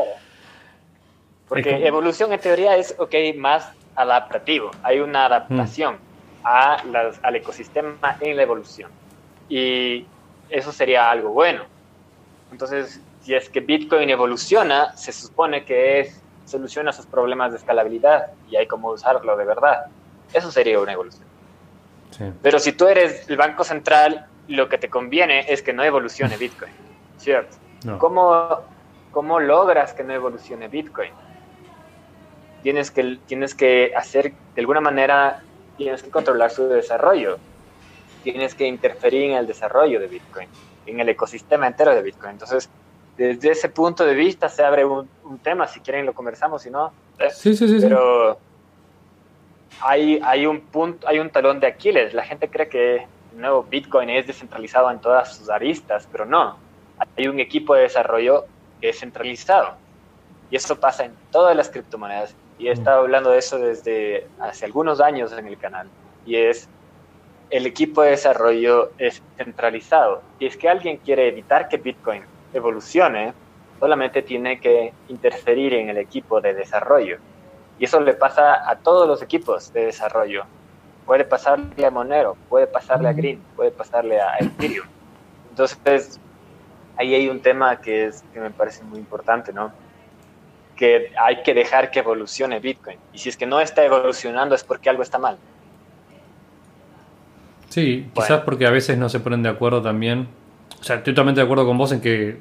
porque evolución en teoría es, más adaptativo. Hay una adaptación al ecosistema en la evolución. Y eso sería algo bueno. Entonces, si es que Bitcoin evoluciona, se supone que soluciona sus problemas de escalabilidad y hay cómo usarlo de verdad. Eso sería una evolución. Sí. Pero si tú eres el Banco Central, lo que te conviene es que no evolucione Bitcoin, ¿cierto? No. ¿Cómo logras que no evolucione Bitcoin? Tienes que hacer, de alguna manera, tienes que controlar su desarrollo. Tienes que interferir en el desarrollo de Bitcoin, en el ecosistema entero de Bitcoin. Entonces, desde ese punto de vista se abre un tema, si quieren lo conversamos, si no. Sí. Pero hay un talón de Aquiles. La gente cree que el nuevo Bitcoin es descentralizado en todas sus aristas, pero no. Hay un equipo de desarrollo que es centralizado. Y eso pasa en todas las criptomonedas. Y he estado hablando de eso desde hace algunos años en el canal. Y el equipo de desarrollo es centralizado. Y es que alguien quiere evitar que Bitcoin evolucione, solamente tiene que interferir en el equipo de desarrollo. Y eso le pasa a todos los equipos de desarrollo. Puede pasarle a Monero, puede pasarle a Green, puede pasarle a Ethereum. Entonces, ahí hay un tema que me parece muy importante, ¿no? Que hay que dejar que evolucione Bitcoin. Y si es que no está evolucionando es porque algo está mal. Sí, quizás porque a veces no se ponen de acuerdo también. O sea, estoy totalmente de acuerdo con vos en que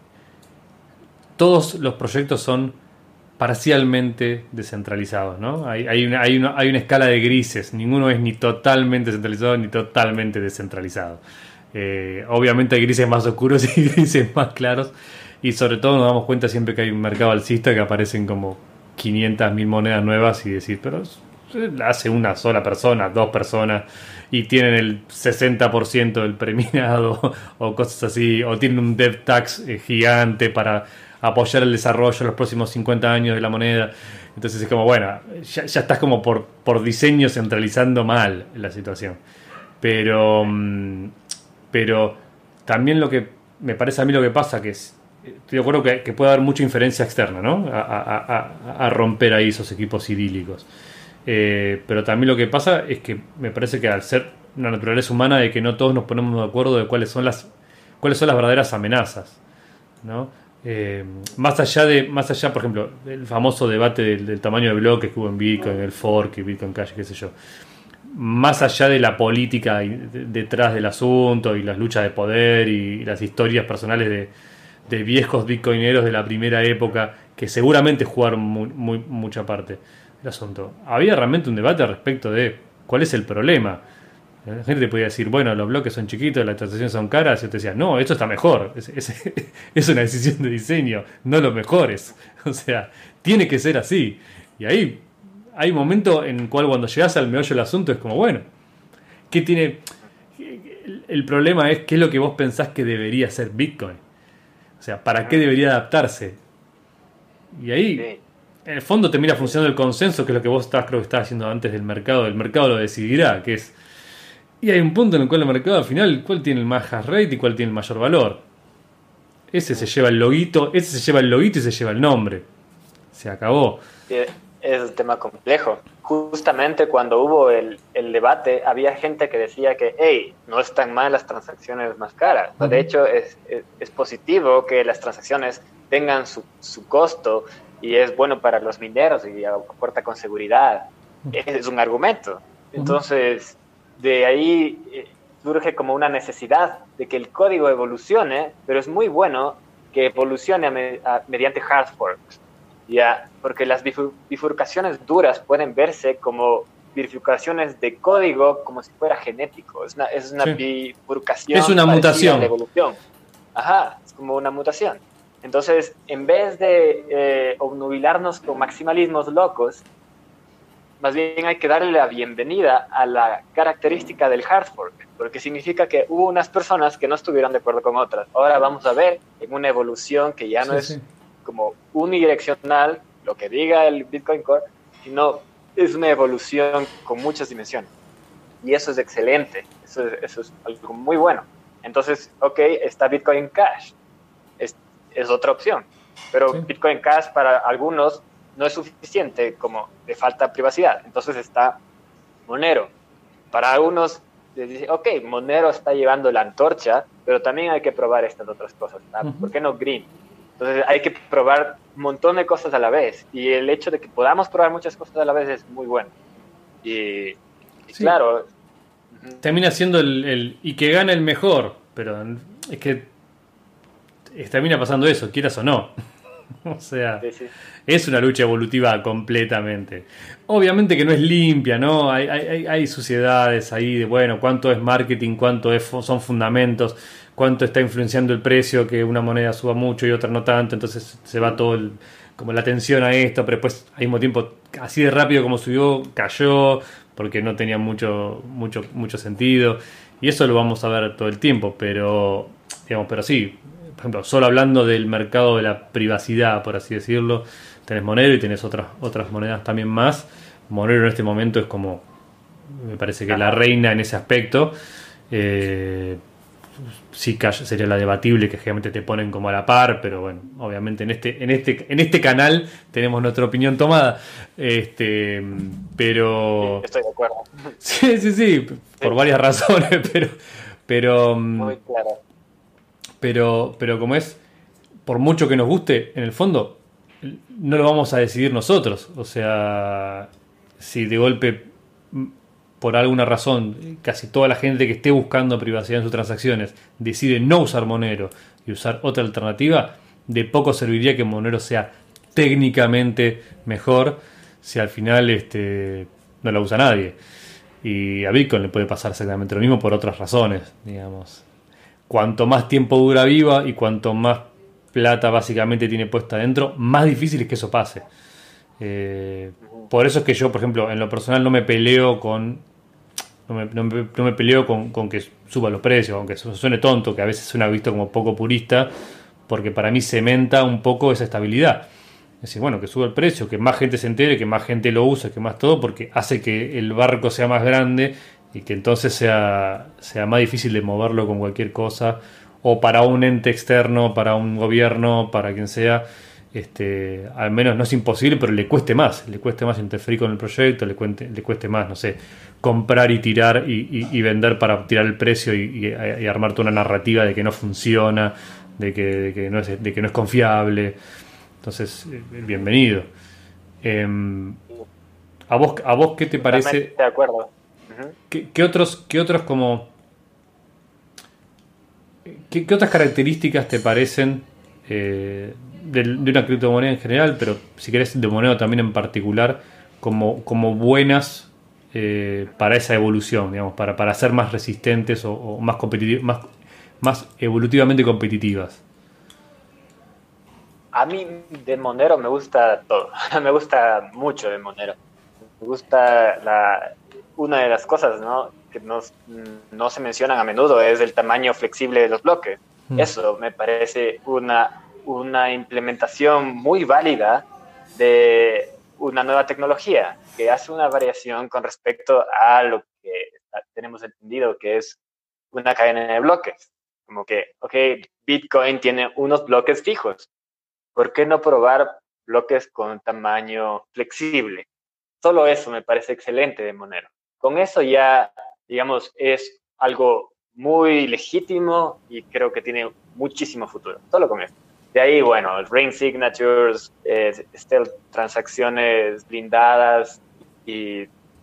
todos los proyectos son parcialmente descentralizados, ¿no? Hay una escala de grises. Ninguno es ni totalmente centralizado ni totalmente descentralizado. Obviamente hay grises más oscuros y grises más claros. Y sobre todo nos damos cuenta siempre que hay un mercado alcista que aparecen como 500.000 monedas nuevas y decir, pero hace una sola persona, 2 personas y tienen el 60% del premiado o cosas así, o tienen un dev tax gigante para apoyar el desarrollo en los próximos 50 años de la moneda. Entonces es como, bueno, ya estás como por diseño centralizando mal la situación. Pero también lo que me parece a mí lo que pasa, que es, estoy de acuerdo que puede haber mucha inferencia externa, ¿no? A romper ahí esos equipos idílicos. Pero también lo que pasa es que me parece que al ser una naturaleza humana de que no todos nos ponemos de acuerdo de cuáles son las verdaderas amenazas, ¿no? Más allá, por ejemplo, el famoso debate del tamaño de bloques que hubo en Bitcoin, el fork y Bitcoin Cash, qué sé yo. Más allá de la política detrás del asunto y las luchas de poder y las historias personales de viejos bitcoineros de la primera época que seguramente jugaron mucha parte del asunto, había realmente un debate al respecto de cuál es el problema. La gente te podía decir, bueno, los bloques son chiquitos, las transacciones son caras, y yo te decía, no, esto está mejor, es una decisión de diseño, no lo mejores. O sea, tiene que ser así. Y ahí hay un momento en el cual cuando llegas al meollo del asunto es como, bueno, ¿qué tiene? El problema es qué es lo que vos pensás que debería ser Bitcoin. O sea, ¿para qué debería adaptarse? Y ahí, en el fondo, termina funcionando el consenso, que es lo que vos creo que estabas haciendo antes del mercado. El mercado lo decidirá, que es... Y hay un punto en el cual el mercado, al final, ¿cuál tiene el más hash rate y cuál tiene el mayor valor? ese se lleva el loguito, ese se lleva el loguito y se lleva el nombre. Se acabó. Es un tema complejo. Justamente cuando hubo el debate, había gente que decía que, hey, no están mal las transacciones más caras. De hecho, es positivo que las transacciones tengan su costo y es bueno para los mineros y aporta con seguridad. Es un argumento. Entonces, de ahí surge como una necesidad de que el código evolucione, pero es muy bueno que evolucione mediante hard forks. Ya, porque las bifurcaciones duras pueden verse como bifurcaciones de código como si fuera genético. Es una bifurcación. Es una mutación. De evolución. Ajá, es como una mutación. Entonces, en vez de obnubilarnos con maximalismos locos, más bien hay que darle la bienvenida a la característica del hard fork, porque significa que hubo unas personas que no estuvieron de acuerdo con otras. Ahora vamos a ver en una evolución que ya no es como unidireccional, lo que diga el Bitcoin Core, sino es una evolución con muchas dimensiones. Y eso es excelente, eso es algo muy bueno. Entonces, ok, está Bitcoin Cash, es otra opción, pero Bitcoin Cash para algunos no es suficiente, como le falta privacidad. Entonces está Monero. Para algunos les dice, ok, Monero está llevando la antorcha, pero también hay que probar estas otras cosas. ¿Por qué no Green? Entonces hay que probar un montón de cosas a la vez, y el hecho de que podamos probar muchas cosas a la vez es muy bueno. Y claro, termina siendo y que gane el mejor, pero es que termina pasando eso, quieras o no. O sea, es una lucha evolutiva completamente. Obviamente que no es limpia, ¿no? Hay suciedades ahí de, bueno, cuánto es marketing, cuánto son fundamentos, cuánto está influenciando el precio, que una moneda suba mucho y otra no tanto, entonces se va todo como la atención a esto, pero después al mismo tiempo, así de rápido como subió, cayó, porque no tenía mucho sentido, y eso lo vamos a ver todo el tiempo, pero sí, por ejemplo, solo hablando del mercado de la privacidad, por así decirlo, tenés Monero y tenés otras monedas también más. Monero en este momento es como, me parece que la reina en ese aspecto. Sí, Cash sería la debatible, que generalmente te ponen como a la par, pero bueno, obviamente en este canal tenemos nuestra opinión tomada. Pero estoy de acuerdo. Sí, por varias razones, pero muy claro. Pero como es, por mucho que nos guste, en el fondo no lo vamos a decidir nosotros. O sea, si de golpe, por alguna razón, casi toda la gente que esté buscando privacidad en sus transacciones decide no usar Monero y usar otra alternativa, de poco serviría que Monero sea técnicamente mejor si al final no la usa nadie. Y a Bitcoin le puede pasar exactamente lo mismo por otras razones, digamos. Cuanto más tiempo dura viva y cuanto más plata básicamente tiene puesta adentro, más difícil es que eso pase. Por eso es que yo, por ejemplo, en lo personal no me peleo con que suba los precios, aunque suene tonto, que a veces suena visto como poco purista, porque para mí cementa un poco esa estabilidad. Es decir, bueno, que suba el precio, que más gente se entere, que más gente lo use, que más todo, porque hace que el barco sea más grande y que entonces sea más difícil de moverlo con cualquier cosa, o para un ente externo, para un gobierno, para quien sea, al menos no es imposible, pero le cueste más interferir con el proyecto, le cueste más, no sé, comprar y tirar y vender para tirar el precio y armar toda una narrativa de que no funciona, de que no es confiable. Entonces, bienvenido. ¿A vos qué te parece? De acuerdo. ¿Qué otros como ¿qué otras características te parecen de una criptomoneda en general, pero si querés de Monero también en particular, como buenas para esa evolución, digamos, para ser más resistentes o más competitivas, más evolutivamente competitivas? A mí de Monero me gusta todo. Me gusta mucho de Monero. Me gusta una de las cosas, ¿no?, que no se mencionan a menudo, es el tamaño flexible de los bloques. Eso me parece una implementación muy válida de una nueva tecnología que hace una variación con respecto a lo que tenemos entendido que es una cadena de bloques. Como que, ok, Bitcoin tiene unos bloques fijos. ¿Por qué no probar bloques con tamaño flexible? Solo eso me parece excelente de Monero. Con eso ya, digamos, es algo muy legítimo y creo que tiene muchísimo futuro. Solo con eso. De ahí, bueno, ring signatures, transacciones blindadas y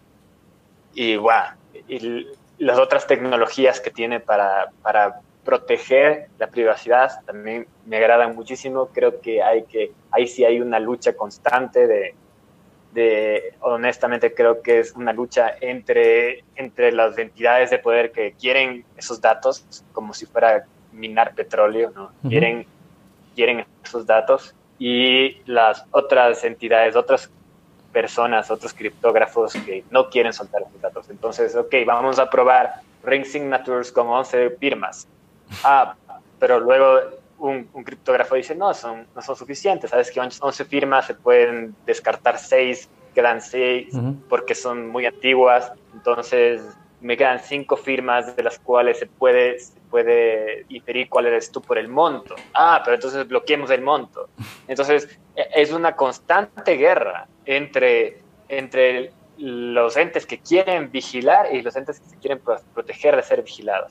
bueno, y las otras tecnologías que tiene para proteger la privacidad también me agradan muchísimo. Creo que ahí sí hay una lucha constante honestamente creo que es una lucha entre las entidades de poder que quieren esos datos como si fuera minar petróleo, ¿no? Uh-huh. Quieren esos datos, y las otras entidades, otras personas, otros criptógrafos que no quieren soltar esos datos. Entonces, ok, vamos a probar ring signatures con 11 firmas. Pero luego un criptógrafo dice, no son suficientes, sabes que 11 firmas se pueden descartar 6, quedan 6 uh-huh. porque son muy antiguas, entonces me quedan 5 firmas de las cuales se puede inferir cuál eres tú por el monto. Pero entonces bloqueemos el monto. Entonces es una constante guerra entre los entes que quieren vigilar y los entes que se quieren proteger de ser vigilados.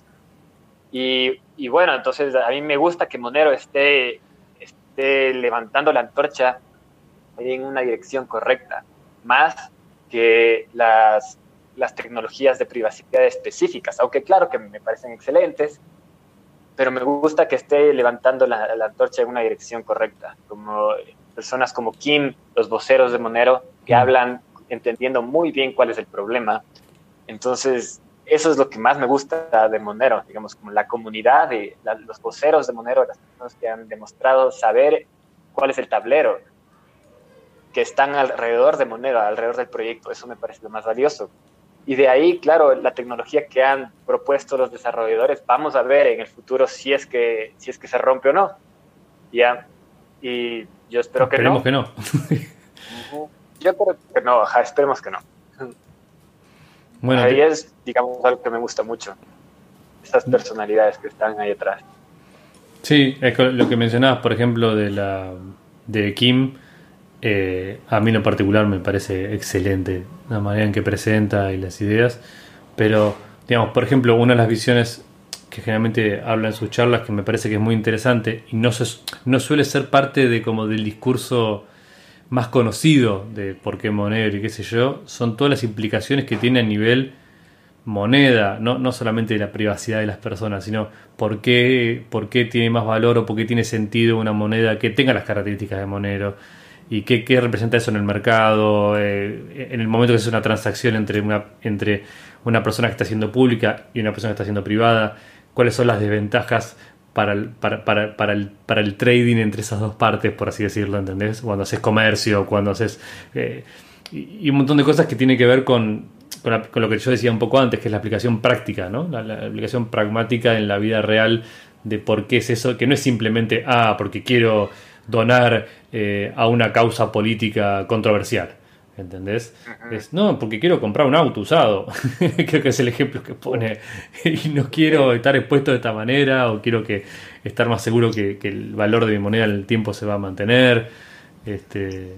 Y bueno, entonces a mí me gusta que Monero esté levantando la antorcha en una dirección correcta, más que las tecnologías de privacidad específicas, aunque claro que me parecen excelentes, pero me gusta que esté levantando la antorcha en una dirección correcta, como personas como Kim, los voceros de Monero, que hablan entendiendo muy bien cuál es el problema. Entonces eso es lo que más me gusta de Monero, digamos, como la comunidad, los voceros de Monero, las personas que han demostrado saber cuál es el tablero, que están alrededor de Monero, alrededor del proyecto. Eso me parece lo más valioso. Y de ahí, claro, la tecnología que han propuesto los desarrolladores, vamos a ver en el futuro si es que se rompe o no. ¿Ya? Y yo espero que no. Esperemos que no. Yo creo que no, esperemos que no. Bueno, ahí es, digamos, algo que me gusta mucho. Esas personalidades que están ahí atrás. Sí, es lo que mencionabas, por ejemplo, de Kim. A mí en lo particular me parece excelente la manera en que presenta y las ideas. Pero, digamos, por ejemplo, una de las visiones que generalmente habla en sus charlas, que me parece que es muy interesante y no suele ser parte del discurso más conocido de por qué Monero y qué sé yo, son todas las implicaciones que tiene a nivel moneda, no solamente de la privacidad de las personas, sino por qué tiene más valor o por qué tiene sentido una moneda que tenga las características de Monero y qué representa eso en el mercado, en el momento que es una transacción entre una persona que está siendo pública y una persona que está siendo privada, cuáles son las desventajas para el trading entre esas dos partes, por así decirlo, ¿entendés? Cuando haces comercio, cuando haces y un montón de cosas que tienen que ver con lo que yo decía un poco antes, que es la aplicación práctica, ¿no? La aplicación pragmática en la vida real de por qué es eso, que no es simplemente porque quiero donar a una causa política controversial, ¿entendés? No, porque quiero comprar un auto usado. Creo que es el ejemplo que pone. Y no quiero estar expuesto de esta manera, o quiero estar más seguro que el valor de mi moneda en el tiempo se va a mantener. Sí,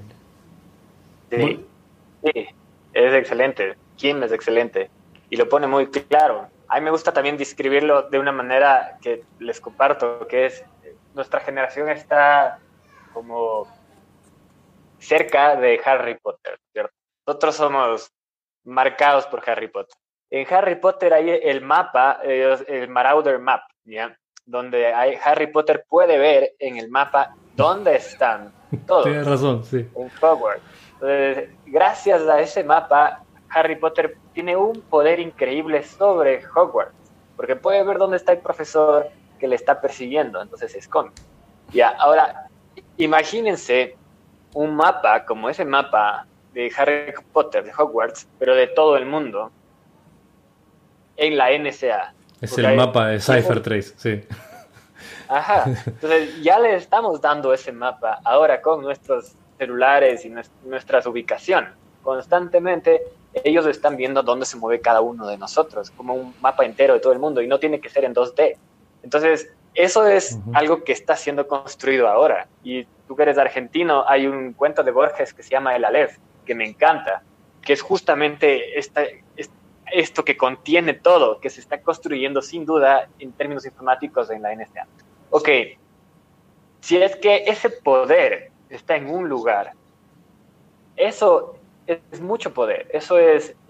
es excelente. Kim es excelente y lo pone muy claro. A mí me gusta también describirlo de una manera que les comparto, que es: nuestra generación está como cerca de Harry Potter, ¿cierto? Nosotros somos marcados por Harry Potter. En Harry Potter hay el mapa, el Marauder Map, ¿ya? Donde Harry Potter puede ver en el mapa dónde están todos. Tienes razón, sí. En Hogwarts. Entonces, gracias a ese mapa, Harry Potter tiene un poder increíble sobre Hogwarts, porque puede ver dónde está el profesor que le está persiguiendo, entonces se esconde. Ya, ahora, imagínense un mapa como ese mapa de Harry Potter, de Hogwarts, pero de todo el mundo, en la NSA. Es el mapa de CipherTrace, sí. Ajá, entonces ya le estamos dando ese mapa ahora con nuestros celulares y nuestras ubicaciones. Constantemente ellos están viendo dónde se mueve cada uno de nosotros, como un mapa entero de todo el mundo, y no tiene que ser en 2D. Entonces, eso es algo que está siendo construido ahora. Y tú que eres argentino, hay un cuento de Borges que se llama El Aleph, que me encanta, que es justamente esto que contiene todo, que se está construyendo sin duda en términos informáticos en la NSA. Ok, si es que ese poder está en un lugar, eso es mucho poder, eso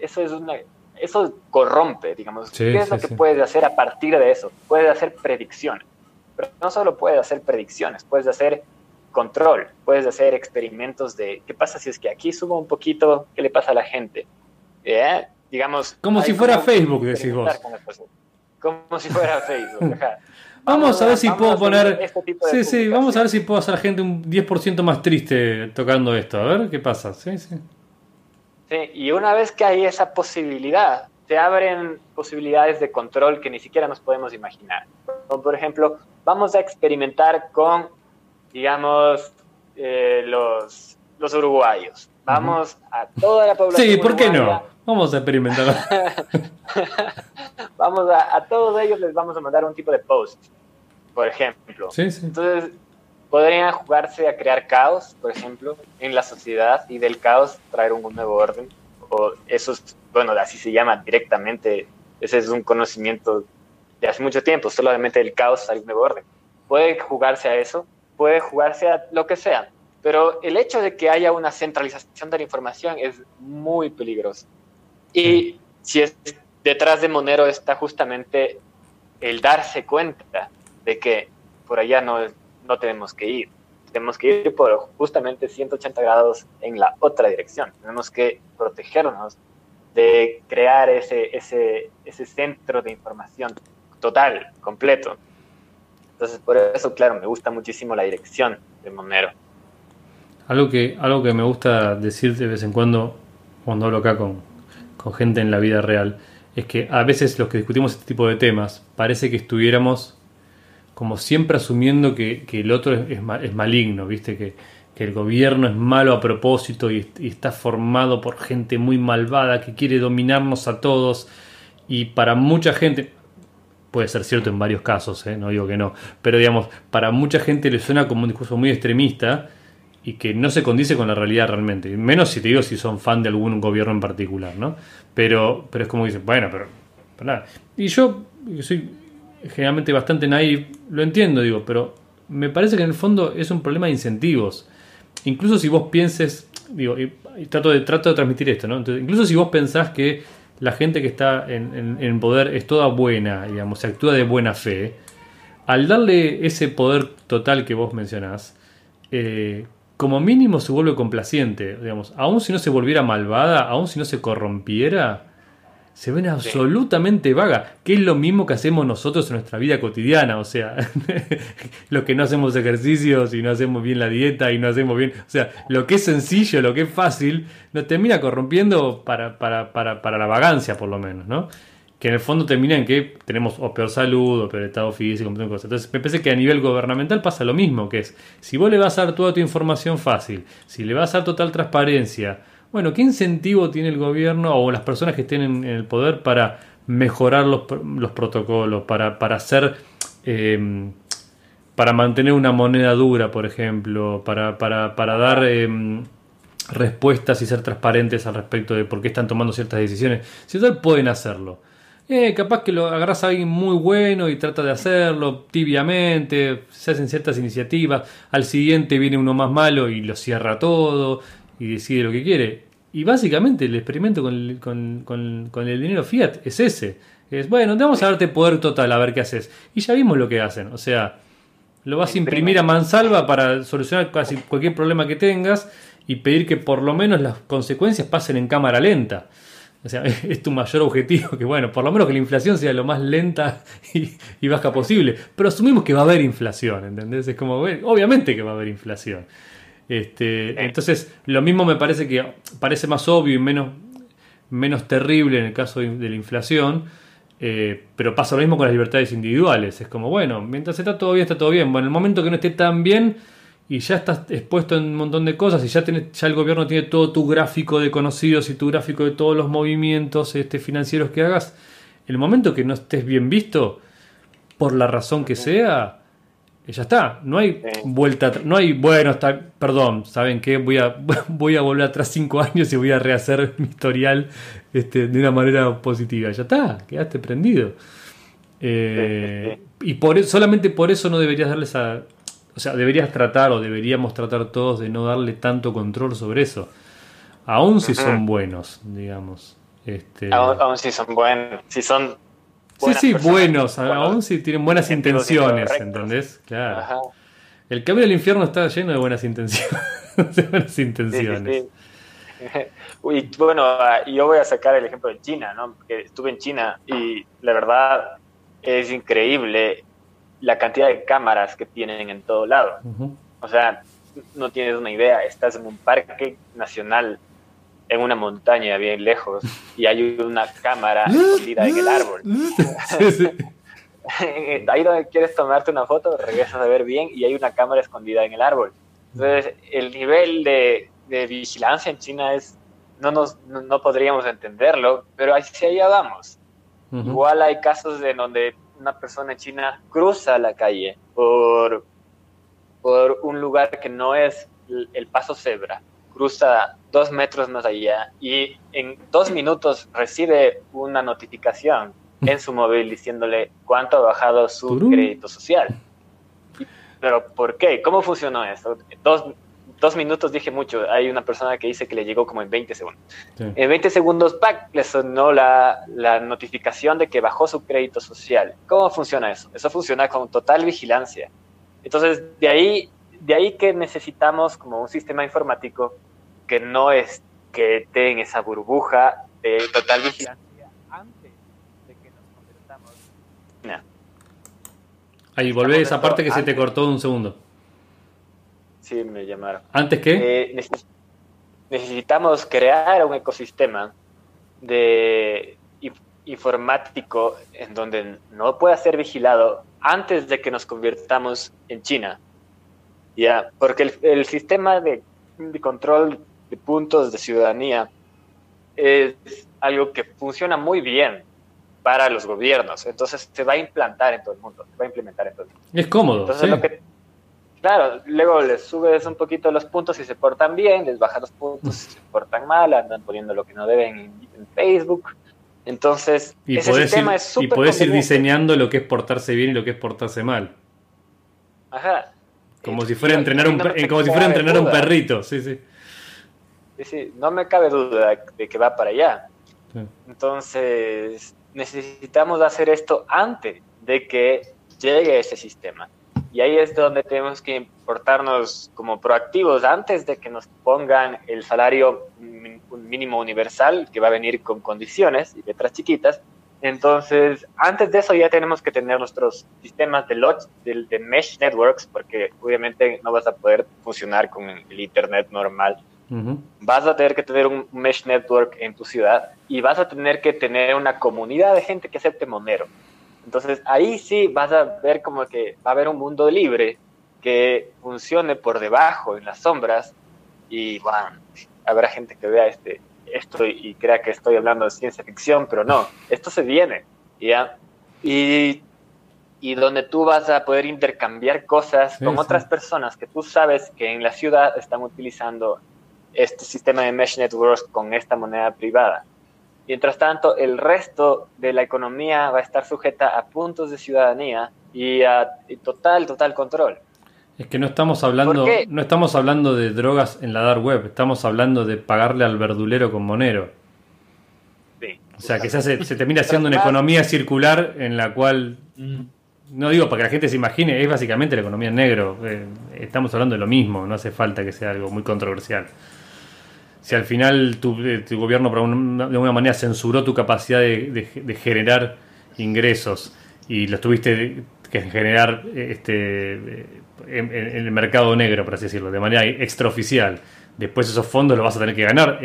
corrompe, digamos. Sí, ¿Qué es lo que puedes hacer a partir de eso? Puedes hacer predicciones, pero no solo puedes hacer predicciones, puedes hacer control, puedes hacer experimentos de qué pasa si es que aquí subo un poquito, qué le pasa a la gente. Digamos, como si fuera Facebook, decís vos. Como si fuera Facebook. Ajá. Vamos a ver si puedo poner... Sí, vamos a ver si puedo hacer a la gente un 10% más triste tocando esto. A ver qué pasa. Sí. Sí, y una vez que hay esa posibilidad, se abren posibilidades de control que ni siquiera nos podemos imaginar. Como por ejemplo, vamos a experimentar con, digamos, los uruguayos. Vamos a toda la población. Sí, ¿por qué uruguaya. no? Vamos a experimentar. A todos ellos les vamos a mandar un tipo de post, por ejemplo. Sí. Entonces, podrían jugarse a crear caos, por ejemplo, en la sociedad y del caos traer un nuevo orden. O eso es, bueno, así se llama directamente. Ese es un conocimiento de hace mucho tiempo. Solamente del caos hay un nuevo orden. Puede jugarse a eso, puede jugarse a lo que sea. Pero el hecho de que haya una centralización de la información es muy peligroso. Y si es detrás de Monero está justamente el darse cuenta de que por allá no tenemos que ir. Tenemos que ir por justamente 180 grados en la otra dirección. Tenemos que protegernos de crear ese centro de información total, completo. Entonces, por eso, claro, me gusta muchísimo la dirección de Monero. Algo que me gusta decir de vez en cuando hablo acá con gente en la vida real, es que a veces los que discutimos este tipo de temas parece que estuviéramos como siempre asumiendo que el otro es maligno, ¿viste? Que el gobierno es malo a propósito y está formado por gente muy malvada que quiere dominarnos a todos. Y para mucha gente, puede ser cierto en varios casos, no digo que no, pero digamos, para mucha gente le suena como un discurso muy extremista y que no se condice con la realidad realmente. Menos si te digo si son fan de algún gobierno en particular, ¿no? Pero es como dicen, bueno, pero nada. Y yo soy generalmente bastante naive, lo entiendo, digo, pero me parece que en el fondo es un problema de incentivos. Incluso si vos pienses, digo, y trato de transmitir esto, ¿no? Entonces, incluso si vos pensás que la gente que está en poder es toda buena, digamos, se actúa de buena fe, al darle ese poder total que vos mencionás, como mínimo se vuelve complaciente, digamos, aun si no se volviera malvada, aun si no se corrompiera, se ven absolutamente vaga, que es lo mismo que hacemos nosotros en nuestra vida cotidiana, o sea, los que no hacemos ejercicios y no hacemos bien la dieta y no hacemos bien, o sea, lo que es sencillo, lo que es fácil, nos termina corrompiendo para la vagancia por lo menos, ¿no? Que en el fondo termina en que tenemos o peor salud, o peor estado físico, un montón de cosas. Entonces me parece que a nivel gubernamental pasa lo mismo, que es, si vos le vas a dar toda tu información fácil, si le vas a dar total transparencia, bueno, ¿qué incentivo tiene el gobierno o las personas que estén en el poder para mejorar los protocolos, para hacer, para mantener una moneda dura, por ejemplo, para dar respuestas y ser transparentes al respecto de por qué están tomando ciertas decisiones? Si total pueden hacerlo. Capaz que lo agarras a alguien muy bueno y trata de hacerlo tibiamente, se hacen ciertas iniciativas, al siguiente viene uno más malo y lo cierra todo y decide lo que quiere. Y básicamente el experimento con el dinero fiat es ese. Es, bueno, te vamos a darte poder total a ver qué haces. Y ya vimos lo que hacen. O sea, lo vas a imprimir a mansalva para solucionar casi cualquier problema que tengas y pedir que por lo menos las consecuencias pasen en cámara lenta. O sea, es tu mayor objetivo, que bueno, por lo menos que la inflación sea lo más lenta y baja posible. Pero asumimos que va a haber inflación, ¿entendés? Es como, obviamente que va a haber inflación. Entonces, lo mismo me parece que parece más obvio y menos terrible en el caso de la inflación, pero pasa lo mismo con las libertades individuales. Es como, bueno, mientras está todo bien, está todo bien. Bueno, en el momento que no esté tan bien y ya estás expuesto en un montón de cosas y ya el gobierno tiene todo tu gráfico de conocidos y tu gráfico de todos los movimientos financieros que hagas, en el momento que no estés bien visto, por la razón que sea, ya está. No hay vuelta, no hay, bueno, perdón, ¿saben qué? Voy a volver atrás 5 años y voy a rehacer mi historial de una manera positiva. Ya está, quedaste prendido. Y solamente por eso no deberías darles o sea, deberías tratar, o deberíamos tratar todos de no darle tanto control sobre eso. Aún si son buenos, digamos. Aún si son buenos, si son sí, buenos, aún si tienen buenas intenciones, ¿entendés? Claro. Ajá. El camino del infierno está lleno de buenas intenciones. Sí. Y bueno, yo voy a sacar el ejemplo de China, ¿no? Porque estuve en China y la verdad es increíble la cantidad de cámaras que tienen en todo lado. Uh-huh. O sea, no tienes una idea, estás en un parque nacional en una montaña bien lejos y hay una cámara escondida en el árbol. Sí. Ahí donde quieres tomarte una foto, regresas a ver bien y hay una cámara escondida en el árbol. Entonces, el nivel de vigilancia en China no podríamos entenderlo, pero hacia allá vamos. Uh-huh. Igual hay casos de donde una persona en China cruza la calle por un lugar que no es el paso cebra, cruza 2 metros más allá y en 2 minutos recibe una notificación en su móvil diciéndole cuánto ha bajado su crédito social. ¿Pero por qué? ¿Cómo funcionó eso? 2 minutos dije mucho. Hay una persona que dice que le llegó como en 20 segundos. Sí. En 20 segundos, ¡pac!, le sonó la notificación de que bajó su crédito social. ¿Cómo funciona eso? Eso funciona con total vigilancia. Entonces, de ahí que necesitamos como un sistema informático que no esté en esa burbuja de total vigilancia antes de que nos convirtamos. No. Ahí, volvé a esa parte que se te cortó un segundo. Sí, me llamaron. ¿Antes qué? Necesitamos crear un ecosistema informático en donde no pueda ser vigilado antes de que nos convirtamos en China. Ya, porque el sistema de control de puntos de ciudadanía es algo que funciona muy bien para los gobiernos. Entonces se va a implementar en todo el mundo. Es cómodo. Entonces, sí. Claro, luego les subes un poquito los puntos si se portan bien, les bajas los puntos si se portan mal, andan poniendo lo que no deben en Facebook. Entonces, ese sistema es súper conveniente. Y podés ir diseñando lo que es portarse bien y lo que es portarse mal. Ajá. Como si fuera entrenar un perrito. Sí. Sí, no me cabe duda de que va para allá. Sí. Entonces, necesitamos hacer esto antes de que llegue ese sistema. Y ahí es donde tenemos que portarnos como proactivos antes de que nos pongan el salario mínimo universal, que va a venir con condiciones y letras chiquitas. Entonces, antes de eso ya tenemos que tener nuestros sistemas de mesh networks, porque obviamente no vas a poder funcionar con el internet normal. Uh-huh. Vas a tener que tener un mesh network en tu ciudad y vas a tener que tener una comunidad de gente que acepte Monero. Entonces, ahí sí vas a ver como que va a haber un mundo libre que funcione por debajo, en las sombras, y bueno, habrá gente que vea esto y crea que estoy hablando de ciencia ficción, pero no, esto se viene, ¿ya? Y donde tú vas a poder intercambiar cosas con otras personas que tú sabes que en la ciudad están utilizando este sistema de mesh networks con esta moneda privada. Mientras tanto, el resto de la economía va a estar sujeta a puntos de ciudadanía y total control. Es que no estamos hablando de drogas en la dark web, estamos hablando de pagarle al verdulero con Monero. Sí. O sea, que se termina haciendo una economía circular en la cual, no digo para que la gente se imagine, es básicamente la economía en negro. Estamos hablando de lo mismo, no hace falta que sea algo muy controversial. Si al final tu gobierno de alguna manera censuró tu capacidad de generar ingresos y los tuviste que generar en el mercado negro, por así decirlo, de manera extraoficial, después esos fondos los vas a tener que ganar,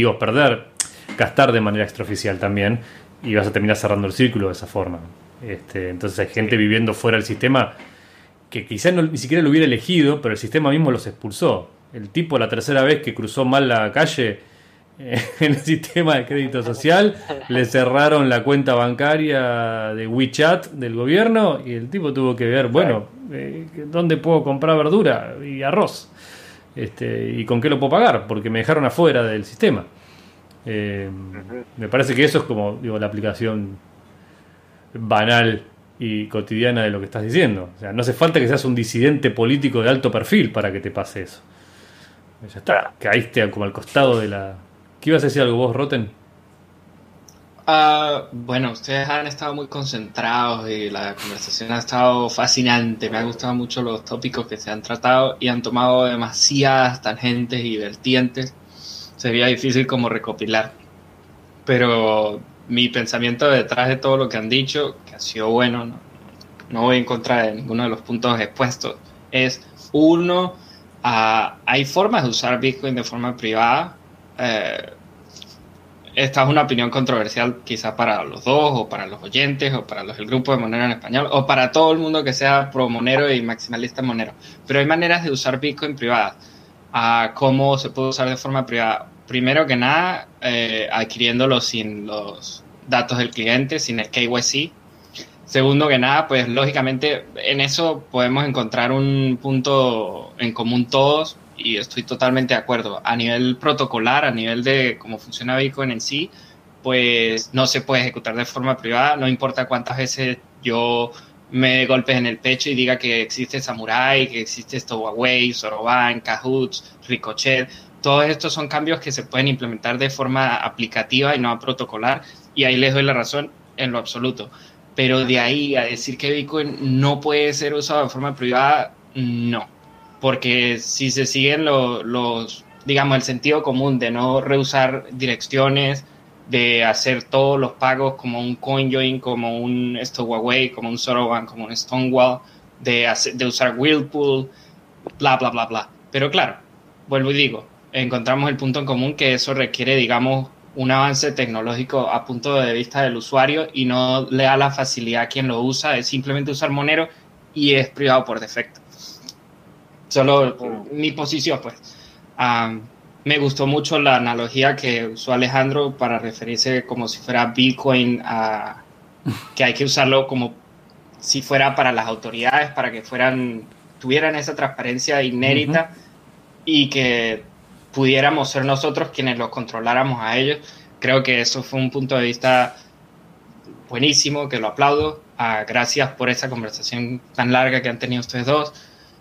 gastar de manera extraoficial también, y vas a terminar cerrando el círculo de esa forma. Entonces hay gente viviendo fuera del sistema que quizás ni siquiera lo hubiera elegido, pero el sistema mismo los expulsó. El tipo la tercera vez que cruzó mal la calle en el sistema de crédito social, le cerraron la cuenta bancaria de WeChat del gobierno y el tipo tuvo que ver, bueno, ¿dónde puedo comprar verdura y arroz? ¿Y con qué lo puedo pagar? Porque me dejaron afuera del sistema. Me parece que eso es como, digo, la aplicación banal y cotidiana de lo que estás diciendo. O sea, no hace falta que seas un disidente político de alto perfil para que te pase eso. Ya está, caíste como al costado de la... ¿Qué ibas a decir algo vos, Roten? Bueno, ustedes han estado muy concentrados y la conversación ha estado fascinante. Me han gustado mucho los tópicos que se han tratado y han tomado demasiadas tangentes y vertientes. Sería difícil como recopilar. Pero mi pensamiento detrás de todo lo que han dicho, que ha sido bueno, no voy en contra de ninguno de los puntos expuestos, es uno, hay formas de usar Bitcoin de forma privada. Esta es una opinión controversial quizá para los dos, o para los oyentes, o para el grupo de Monero en español, o para todo el mundo que sea pro Monero y maximalista Monero. Pero hay maneras de usar Bitcoin privada. ¿Cómo se puede usar de forma privada? Primero que nada, adquiriéndolo sin los datos del cliente, sin el KYC. Segundo que nada, pues lógicamente en eso podemos encontrar un punto en común todos, y estoy totalmente de acuerdo. A nivel protocolar, a nivel de cómo funciona Bitcoin en sí, pues no se puede ejecutar de forma privada, no importa cuántas veces yo me dé golpes en el pecho y diga que existe Samurai, que existe Stowaway, Soroban, Cahoots, Ricochet. Todos estos son cambios que se pueden implementar de forma aplicativa y no protocolar, y ahí les doy la razón en lo absoluto. Pero de ahí a decir que Bitcoin no puede ser usado de forma privada, no. Porque si se siguen digamos, el sentido común de no reusar direcciones, de hacer todos los pagos como un CoinJoin, como un Stowaway, como un Soroban, como un Stonewall, de usar Whirlpool, bla, bla, bla, bla. Pero claro, vuelvo y digo, encontramos el punto en común que eso requiere, digamos, un avance tecnológico a punto de vista del usuario y no le da la facilidad a quien lo usa de simplemente usar Monero y es privado por defecto. Solo mi posición, pues. Me gustó mucho la analogía que usó Alejandro para referirse como si fuera Bitcoin, que hay que usarlo como si fuera para las autoridades, para que tuvieran esa transparencia inédita y que pudiéramos ser nosotros quienes los controláramos a ellos. Creo que eso fue un punto de vista buenísimo, que lo aplaudo. Gracias por esa conversación tan larga que han tenido ustedes dos.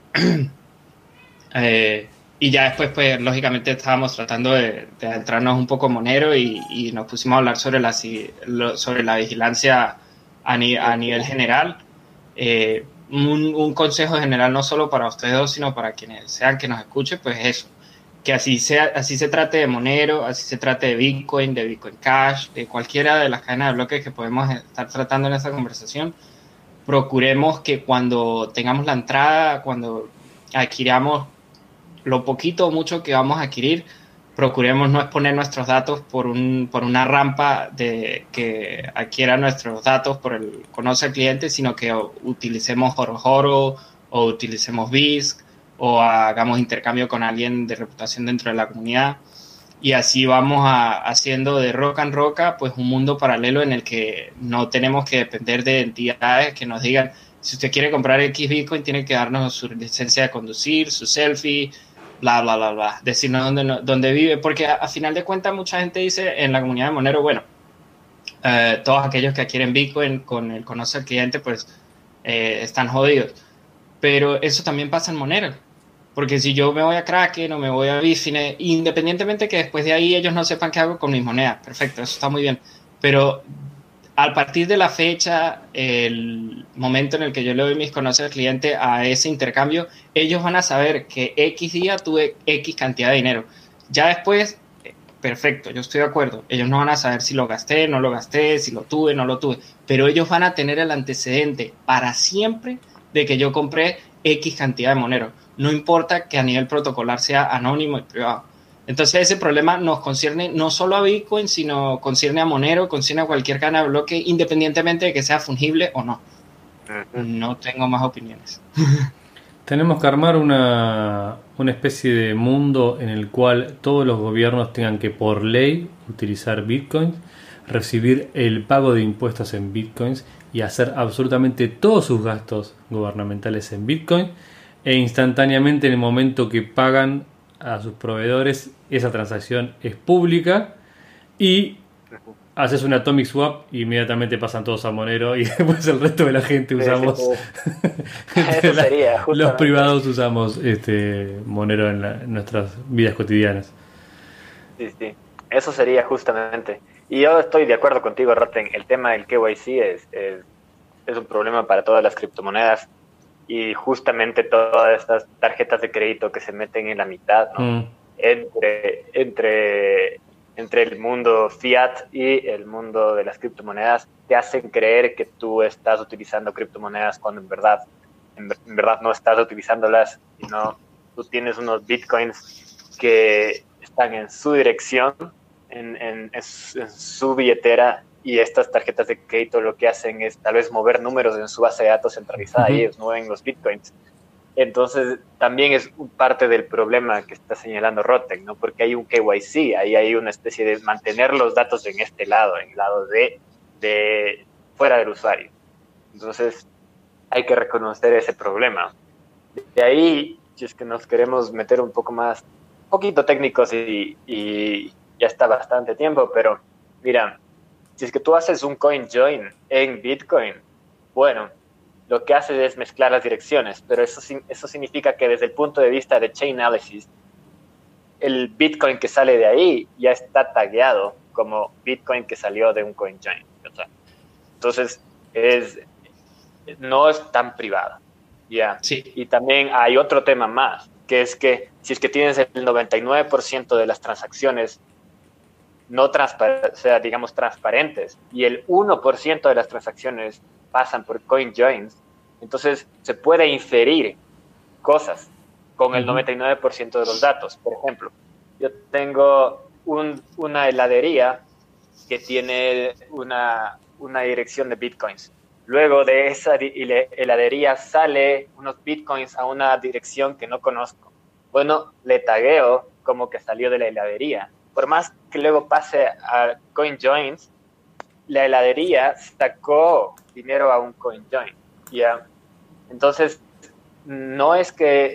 Y ya después, pues, lógicamente estábamos tratando de adentrarnos un poco en Monero y nos pusimos a hablar sobre la vigilancia a nivel general. Un consejo general no solo para ustedes dos, sino para quienes sean que nos escuchen, pues eso, que así se trate de Monero, así se trate de Bitcoin Cash, de cualquiera de las cadenas de bloques que podemos estar tratando en esta conversación, procuremos que cuando tengamos la entrada, cuando adquiramos lo poquito o mucho que vamos a adquirir, procuremos no exponer nuestros datos por una rampa de que adquiera nuestros datos por el conoce al cliente, sino que utilicemos Horo o utilicemos BISC o hagamos intercambio con alguien de reputación dentro de la comunidad, y así vamos haciendo de roca en roca pues un mundo paralelo en el que no tenemos que depender de entidades que nos digan: si usted quiere comprar X Bitcoin tiene que darnos su licencia de conducir, su selfie, bla, bla, bla, bla, decirnos dónde vive, porque a final de cuentas mucha gente dice en la comunidad de Monero, bueno, todos aquellos que adquieren Bitcoin con el conoce al cliente pues están jodidos, pero eso también pasa en Monero, porque si yo me voy a Kraken o me voy a Bitfinex, independientemente que después de ahí ellos no sepan qué hago con mis monedas, perfecto, eso está muy bien, pero a partir de la fecha, el momento en el que yo le doy mis conoce al cliente a ese intercambio, ellos van a saber que X día tuve X cantidad de dinero. Ya después, perfecto, yo estoy de acuerdo. Ellos no van a saber si lo gasté, no lo gasté, si lo tuve, no lo tuve. Pero ellos van a tener el antecedente para siempre de que yo compré X cantidad de Monero. No importa que a nivel protocolar sea anónimo y privado. Entonces ese problema nos concierne no solo a Bitcoin, sino concierne a Monero, concierne a cualquier cadena de bloque, independientemente de que sea fungible o no. No tengo más opiniones. Tenemos que armar una especie de mundo en el cual todos los gobiernos tengan que por ley utilizar bitcoins, recibir el pago de impuestos en bitcoins y hacer absolutamente todos sus gastos gubernamentales en bitcoin, e instantáneamente en el momento que pagan a sus proveedores esa transacción es pública y haces un atomic swap y inmediatamente pasan todos a Monero y después el resto de la gente usamos Eso sería, los privados usamos Monero en nuestras vidas cotidianas. Sí, sí, eso sería justamente. Y yo estoy de acuerdo contigo, Roten. El tema del KYC es un problema para todas las criptomonedas y justamente todas estas tarjetas de crédito que se meten en la mitad, ¿no? Entre el mundo fiat y el mundo de las criptomonedas, te hacen creer que tú estás utilizando criptomonedas cuando en verdad no estás utilizándolas, sino tú tienes unos bitcoins que están en su dirección, en su billetera, y estas tarjetas de crédito lo que hacen es tal vez mover números en su base de datos centralizada y ellos mueven los bitcoins. Entonces, también es parte del problema que está señalando Roten, ¿no? Porque hay un KYC, ahí hay una especie de mantener los datos en este lado, en el lado de fuera del usuario. Entonces, hay que reconocer ese problema. De ahí, si es que nos queremos meter un poquito técnicos y ya está bastante tiempo, pero mira, si es que tú haces un coin join en Bitcoin, bueno, lo que haces es mezclar las direcciones, pero eso significa que desde el punto de vista de Chainalysis, el Bitcoin que sale de ahí ya está tagueado como Bitcoin que salió de un coin join. O sea, entonces, no es tan privada. ¿Ya? Sí. Y también hay otro tema más, que es que si es que tienes el 99% de las transacciones digamos transparentes, y el 1% de las transacciones pasan por coin joins, entonces se puede inferir cosas con el 99% de los datos. Por ejemplo, yo tengo una heladería que tiene una dirección de bitcoins. Luego de esa heladería sale unos bitcoins a una dirección que no conozco. Bueno, le tagueo como que salió de la heladería. Por más que luego pase a CoinJoins, la heladería sacó dinero a un CoinJoin. ¿Ya? Entonces, no es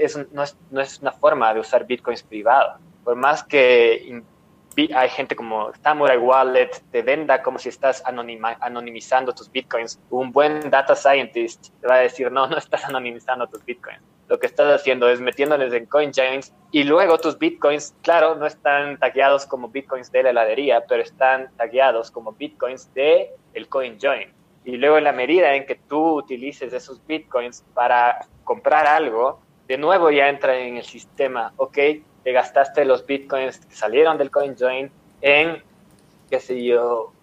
una forma de usar bitcoins privado. Por más que hay gente como Samurai Wallet te venda como si estás anonimizando tus bitcoins, un buen data scientist te va a decir, no estás anonimizando tus bitcoins. Lo que estás haciendo es metiéndoles en CoinJoins y luego tus bitcoins, claro, no están tagueados como bitcoins de la heladería, pero están tagueados como bitcoins de el CoinJoin. Y luego en la medida en que tú utilices esos bitcoins para comprar algo, de nuevo ya entra en el sistema, ok, te gastaste los bitcoins que salieron del CoinJoin en, qué sé yo,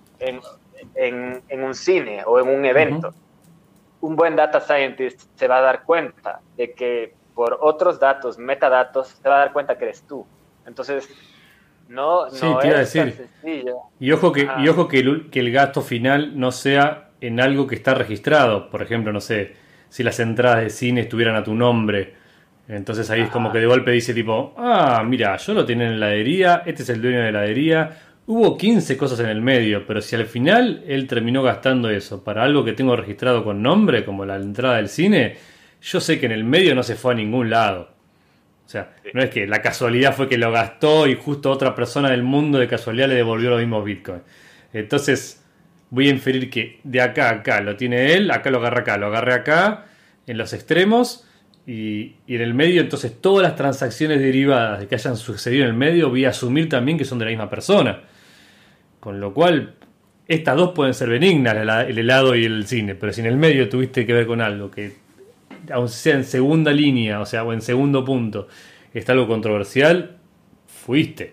en un cine o en un evento. Un buen data scientist se va a dar cuenta de que por otros datos, metadatos, se va a dar cuenta que eres tú. Entonces, no es tan sencillo. Y ojo que el gasto final no sea en algo que está registrado. Por ejemplo, no sé, si las entradas de cine estuvieran a tu nombre, entonces ahí es como que de golpe dice tipo, mira, yo lo tenía en la heladería, este es el dueño de la heladería. Hubo 15 cosas en el medio, pero si al final él terminó gastando eso para algo que tengo registrado con nombre, como la entrada del cine, yo sé que en el medio no se fue a ningún lado. O sea, no es que la casualidad fue que lo gastó y justo otra persona del mundo de casualidad le devolvió los mismos bitcoins. Entonces voy a inferir que de acá a acá lo tiene él, acá lo agarré acá, en los extremos, y en el medio, entonces todas las transacciones derivadas de que hayan sucedido en el medio voy a asumir también que son de la misma persona. Con lo cual, estas dos pueden ser benignas, el helado y el cine, pero si en el medio tuviste que ver con algo que, aun sea en segunda línea, o en segundo punto, está algo controversial, fuiste.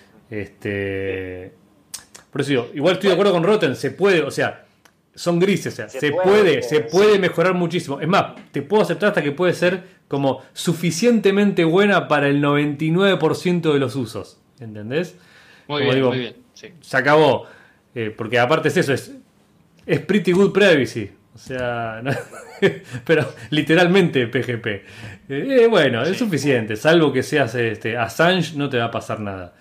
Por eso digo, igual estoy de acuerdo con Roten, se puede, son grises, se puede mejorar muchísimo. Es más, te puedo aceptar hasta que puede ser como suficientemente buena para el 99% de los usos, ¿entendés? Muy bien. Sí. Se acabó. Porque aparte es eso, es pretty good privacy. O sea, no, pero literalmente PGP. Bueno, es suficiente. Salvo que seas Assange, no te va a pasar nada.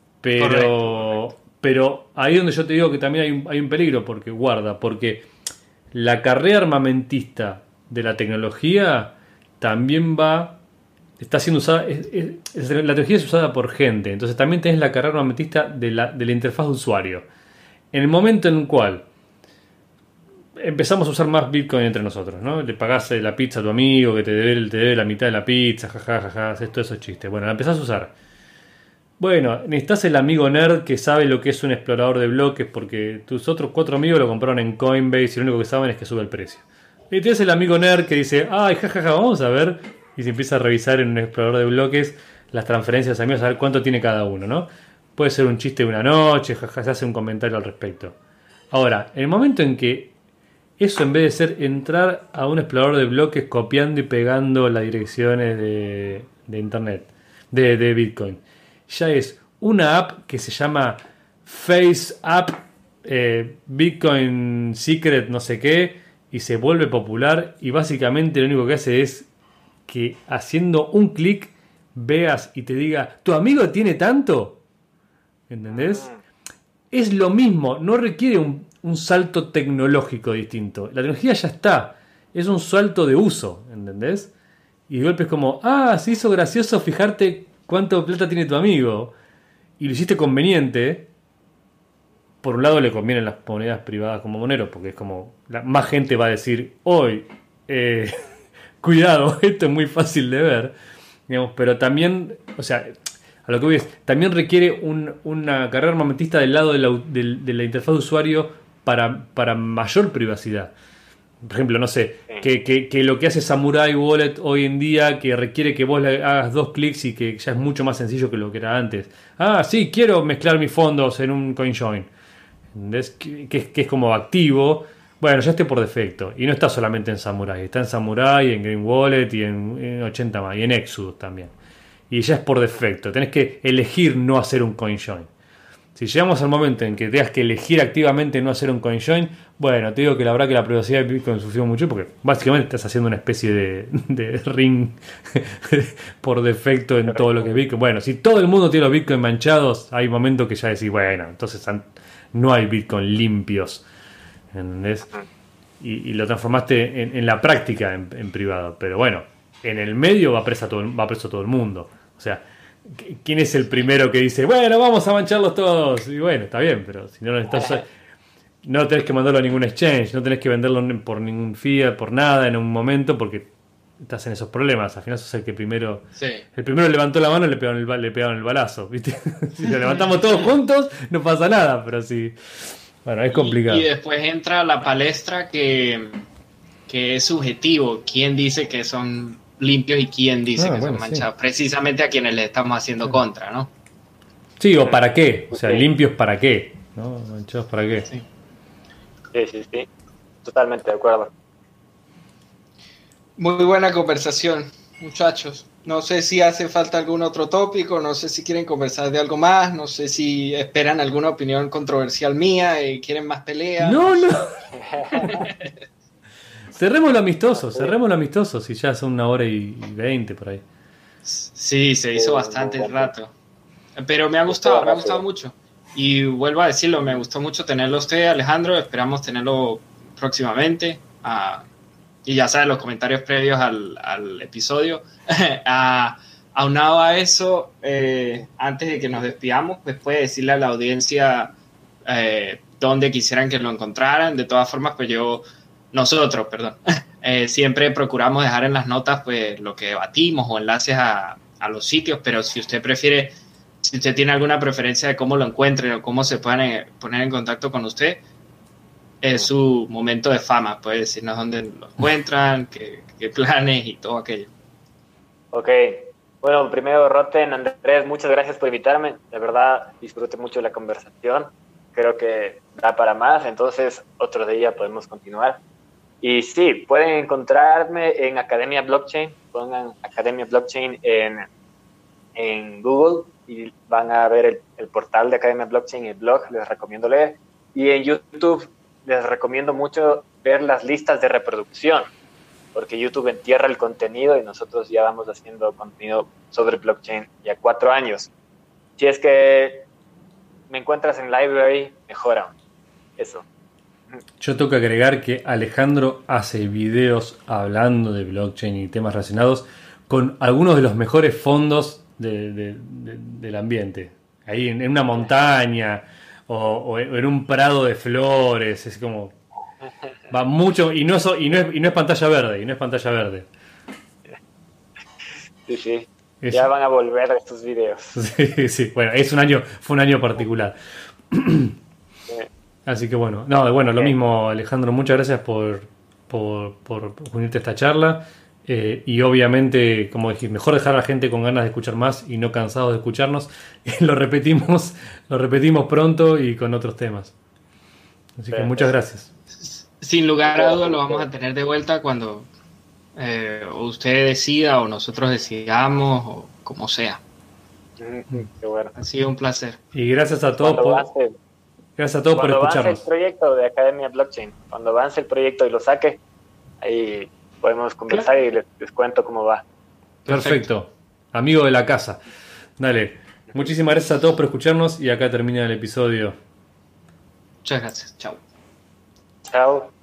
Pero ahí donde yo te digo que también hay un peligro, porque guarda, porque la carrera armamentista de la tecnología también está siendo usada, la tecnología es usada por gente, entonces también tenés la carrera armamentista de la interfaz de usuario. En el momento en el cual empezamos a usar más Bitcoin entre nosotros, ¿no? Le pagás la pizza a tu amigo que te debe la mitad de la pizza, jajaja, haces todos esos chistes. Bueno, la empezás a usar. Bueno, necesitas el amigo nerd que sabe lo que es un explorador de bloques porque tus otros 4 amigos lo compraron en Coinbase y lo único que saben es que sube el precio. Y tienes el amigo nerd que dice, ay, jajaja, vamos a ver. Y se empieza a revisar en un explorador de bloques las transferencias de amigos, a ver cuánto tiene cada uno, ¿no? Puede ser un chiste de una noche, jajaja, se hace un comentario al respecto. Ahora, en el momento en que eso, en vez de ser entrar a un explorador de bloques copiando y pegando las direcciones de internet, de Bitcoin, ya es una app que se llama Face App Bitcoin Secret no sé qué y se vuelve popular y básicamente lo único que hace es que haciendo un clic veas y te diga ¿tu amigo tiene tanto? ¿Entendés? Es lo mismo, no requiere un salto tecnológico distinto. La tecnología ya está, es un salto de uso, ¿entendés? Y de golpe es como, se hizo gracioso fijarte cuánto plata tiene tu amigo y lo hiciste conveniente. Por un lado le convienen las monedas privadas como Monero, porque es como más gente va a decir hoy cuidado, esto es muy fácil de ver, digamos, pero también, o sea, a lo que voy es, también requiere una carrera armamentista del lado de la interfaz de usuario para mayor privacidad. Por ejemplo, no sé, que lo que hace Samurai Wallet hoy en día, que requiere que vos le hagas 2 clics y que ya es mucho más sencillo que lo que era antes. Sí, quiero mezclar mis fondos en un CoinJoin. ¿Entendés? Que es como activo. Bueno, ya esté por defecto. Y no está solamente en Samurai. Está en Samurai, en Green Wallet y en 80 más. Y en Exodus también. Y ya es por defecto. Tenés que elegir no hacer un CoinJoin. Si llegamos al momento en que tengas que elegir activamente no hacer un CoinJoin, bueno, te digo que la verdad que la privacidad de Bitcoin sufrió mucho porque básicamente estás haciendo una especie de ring por defecto en todo lo que es Bitcoin. Bueno, si todo el mundo tiene los Bitcoin manchados, hay momentos que ya decís, bueno, entonces no hay Bitcoin limpios. ¿Entendés? Y lo transformaste en la práctica en privado. Pero bueno, en el medio va preso todo el mundo. O sea, ¿quién es el primero que dice, bueno, vamos a mancharlos todos? Y bueno, está bien, pero si no lo estás... No tenés que mandarlo a ningún exchange, no tenés que venderlo por ningún fiat, por nada en un momento, porque estás en esos problemas. Al final sos el que primero... Sí. El primero levantó la mano y le pegaron el balazo, ¿viste? Si lo levantamos todos juntos, no pasa nada, pero sí... Bueno, es complicado. Y después entra la palestra que es subjetivo. ¿Quién dice que son limpios y quién dice que son manchados? Sí. Precisamente a quienes le estamos haciendo contra, ¿no? Sí, o para qué. O sea, limpios para qué, ¿no? Manchados para qué. Sí. Totalmente de acuerdo. Muy buena conversación, muchachos. No sé si hace falta algún otro tópico, no sé si quieren conversar de algo más, no sé si esperan alguna opinión controversial mía y quieren más peleas. No. Cerremos lo amistoso, si ya son 1:20 por ahí. Sí, se hizo bastante rato. Pero me ha gustado mucho. Y vuelvo a decirlo, me gustó mucho tenerlo a usted, Alejandro, esperamos tenerlo próximamente. Y ya saben, los comentarios previos al episodio. Aunado a eso, antes de que nos despidamos, pues puede decirle a la audiencia dónde quisieran que lo encontraran. De todas formas, pues nosotros, siempre procuramos dejar en las notas pues lo que debatimos o enlaces a los sitios, pero si usted prefiere, si usted tiene alguna preferencia de cómo lo encuentren o cómo se puedan poner en contacto con usted, es su momento de fama. Puede decirnos dónde lo encuentran, qué planes y todo aquello. Ok, bueno, primero Roten, Andrés, muchas gracias por invitarme, de verdad disfruté mucho la conversación, creo que da para más, entonces otro día podemos continuar. Y sí, pueden encontrarme en Academia Blockchain, pongan Academia Blockchain en Google y van a ver el portal de Academia Blockchain, el blog, les recomiendo leer. Y en YouTube les recomiendo mucho ver las listas de reproducción, porque YouTube entierra el contenido y nosotros ya vamos haciendo contenido sobre blockchain ya 4 años. Si es que me encuentras en Library, mejor aún. Eso. Yo tengo que agregar que Alejandro hace videos hablando de blockchain y temas relacionados con algunos de los mejores fondos del ambiente. Ahí en una montaña o en un prado de flores. Es como... Va mucho y no es pantalla verde. Y no es pantalla verde. Sí. Ya van a volver estos videos. Sí. Bueno, fue un año particular. Así que bueno, lo mismo, Alejandro, muchas gracias por unirte a esta charla. Y obviamente, como dijiste, mejor dejar a la gente con ganas de escuchar más y no cansados de escucharnos. Lo repetimos pronto y con otros temas. Así que muchas gracias. Sin lugar a dudas lo vamos a tener de vuelta cuando usted decida o nosotros decidamos o como sea. Qué bueno. Ha sido un placer. Y gracias a todos por escucharnos. Cuando avance el proyecto de Academia Blockchain, cuando avance el proyecto y lo saque, ahí podemos conversar y les cuento cómo va. Perfecto. Amigo de la casa. Dale. Muchísimas gracias a todos por escucharnos y acá termina el episodio. Muchas gracias. Chao. Chao.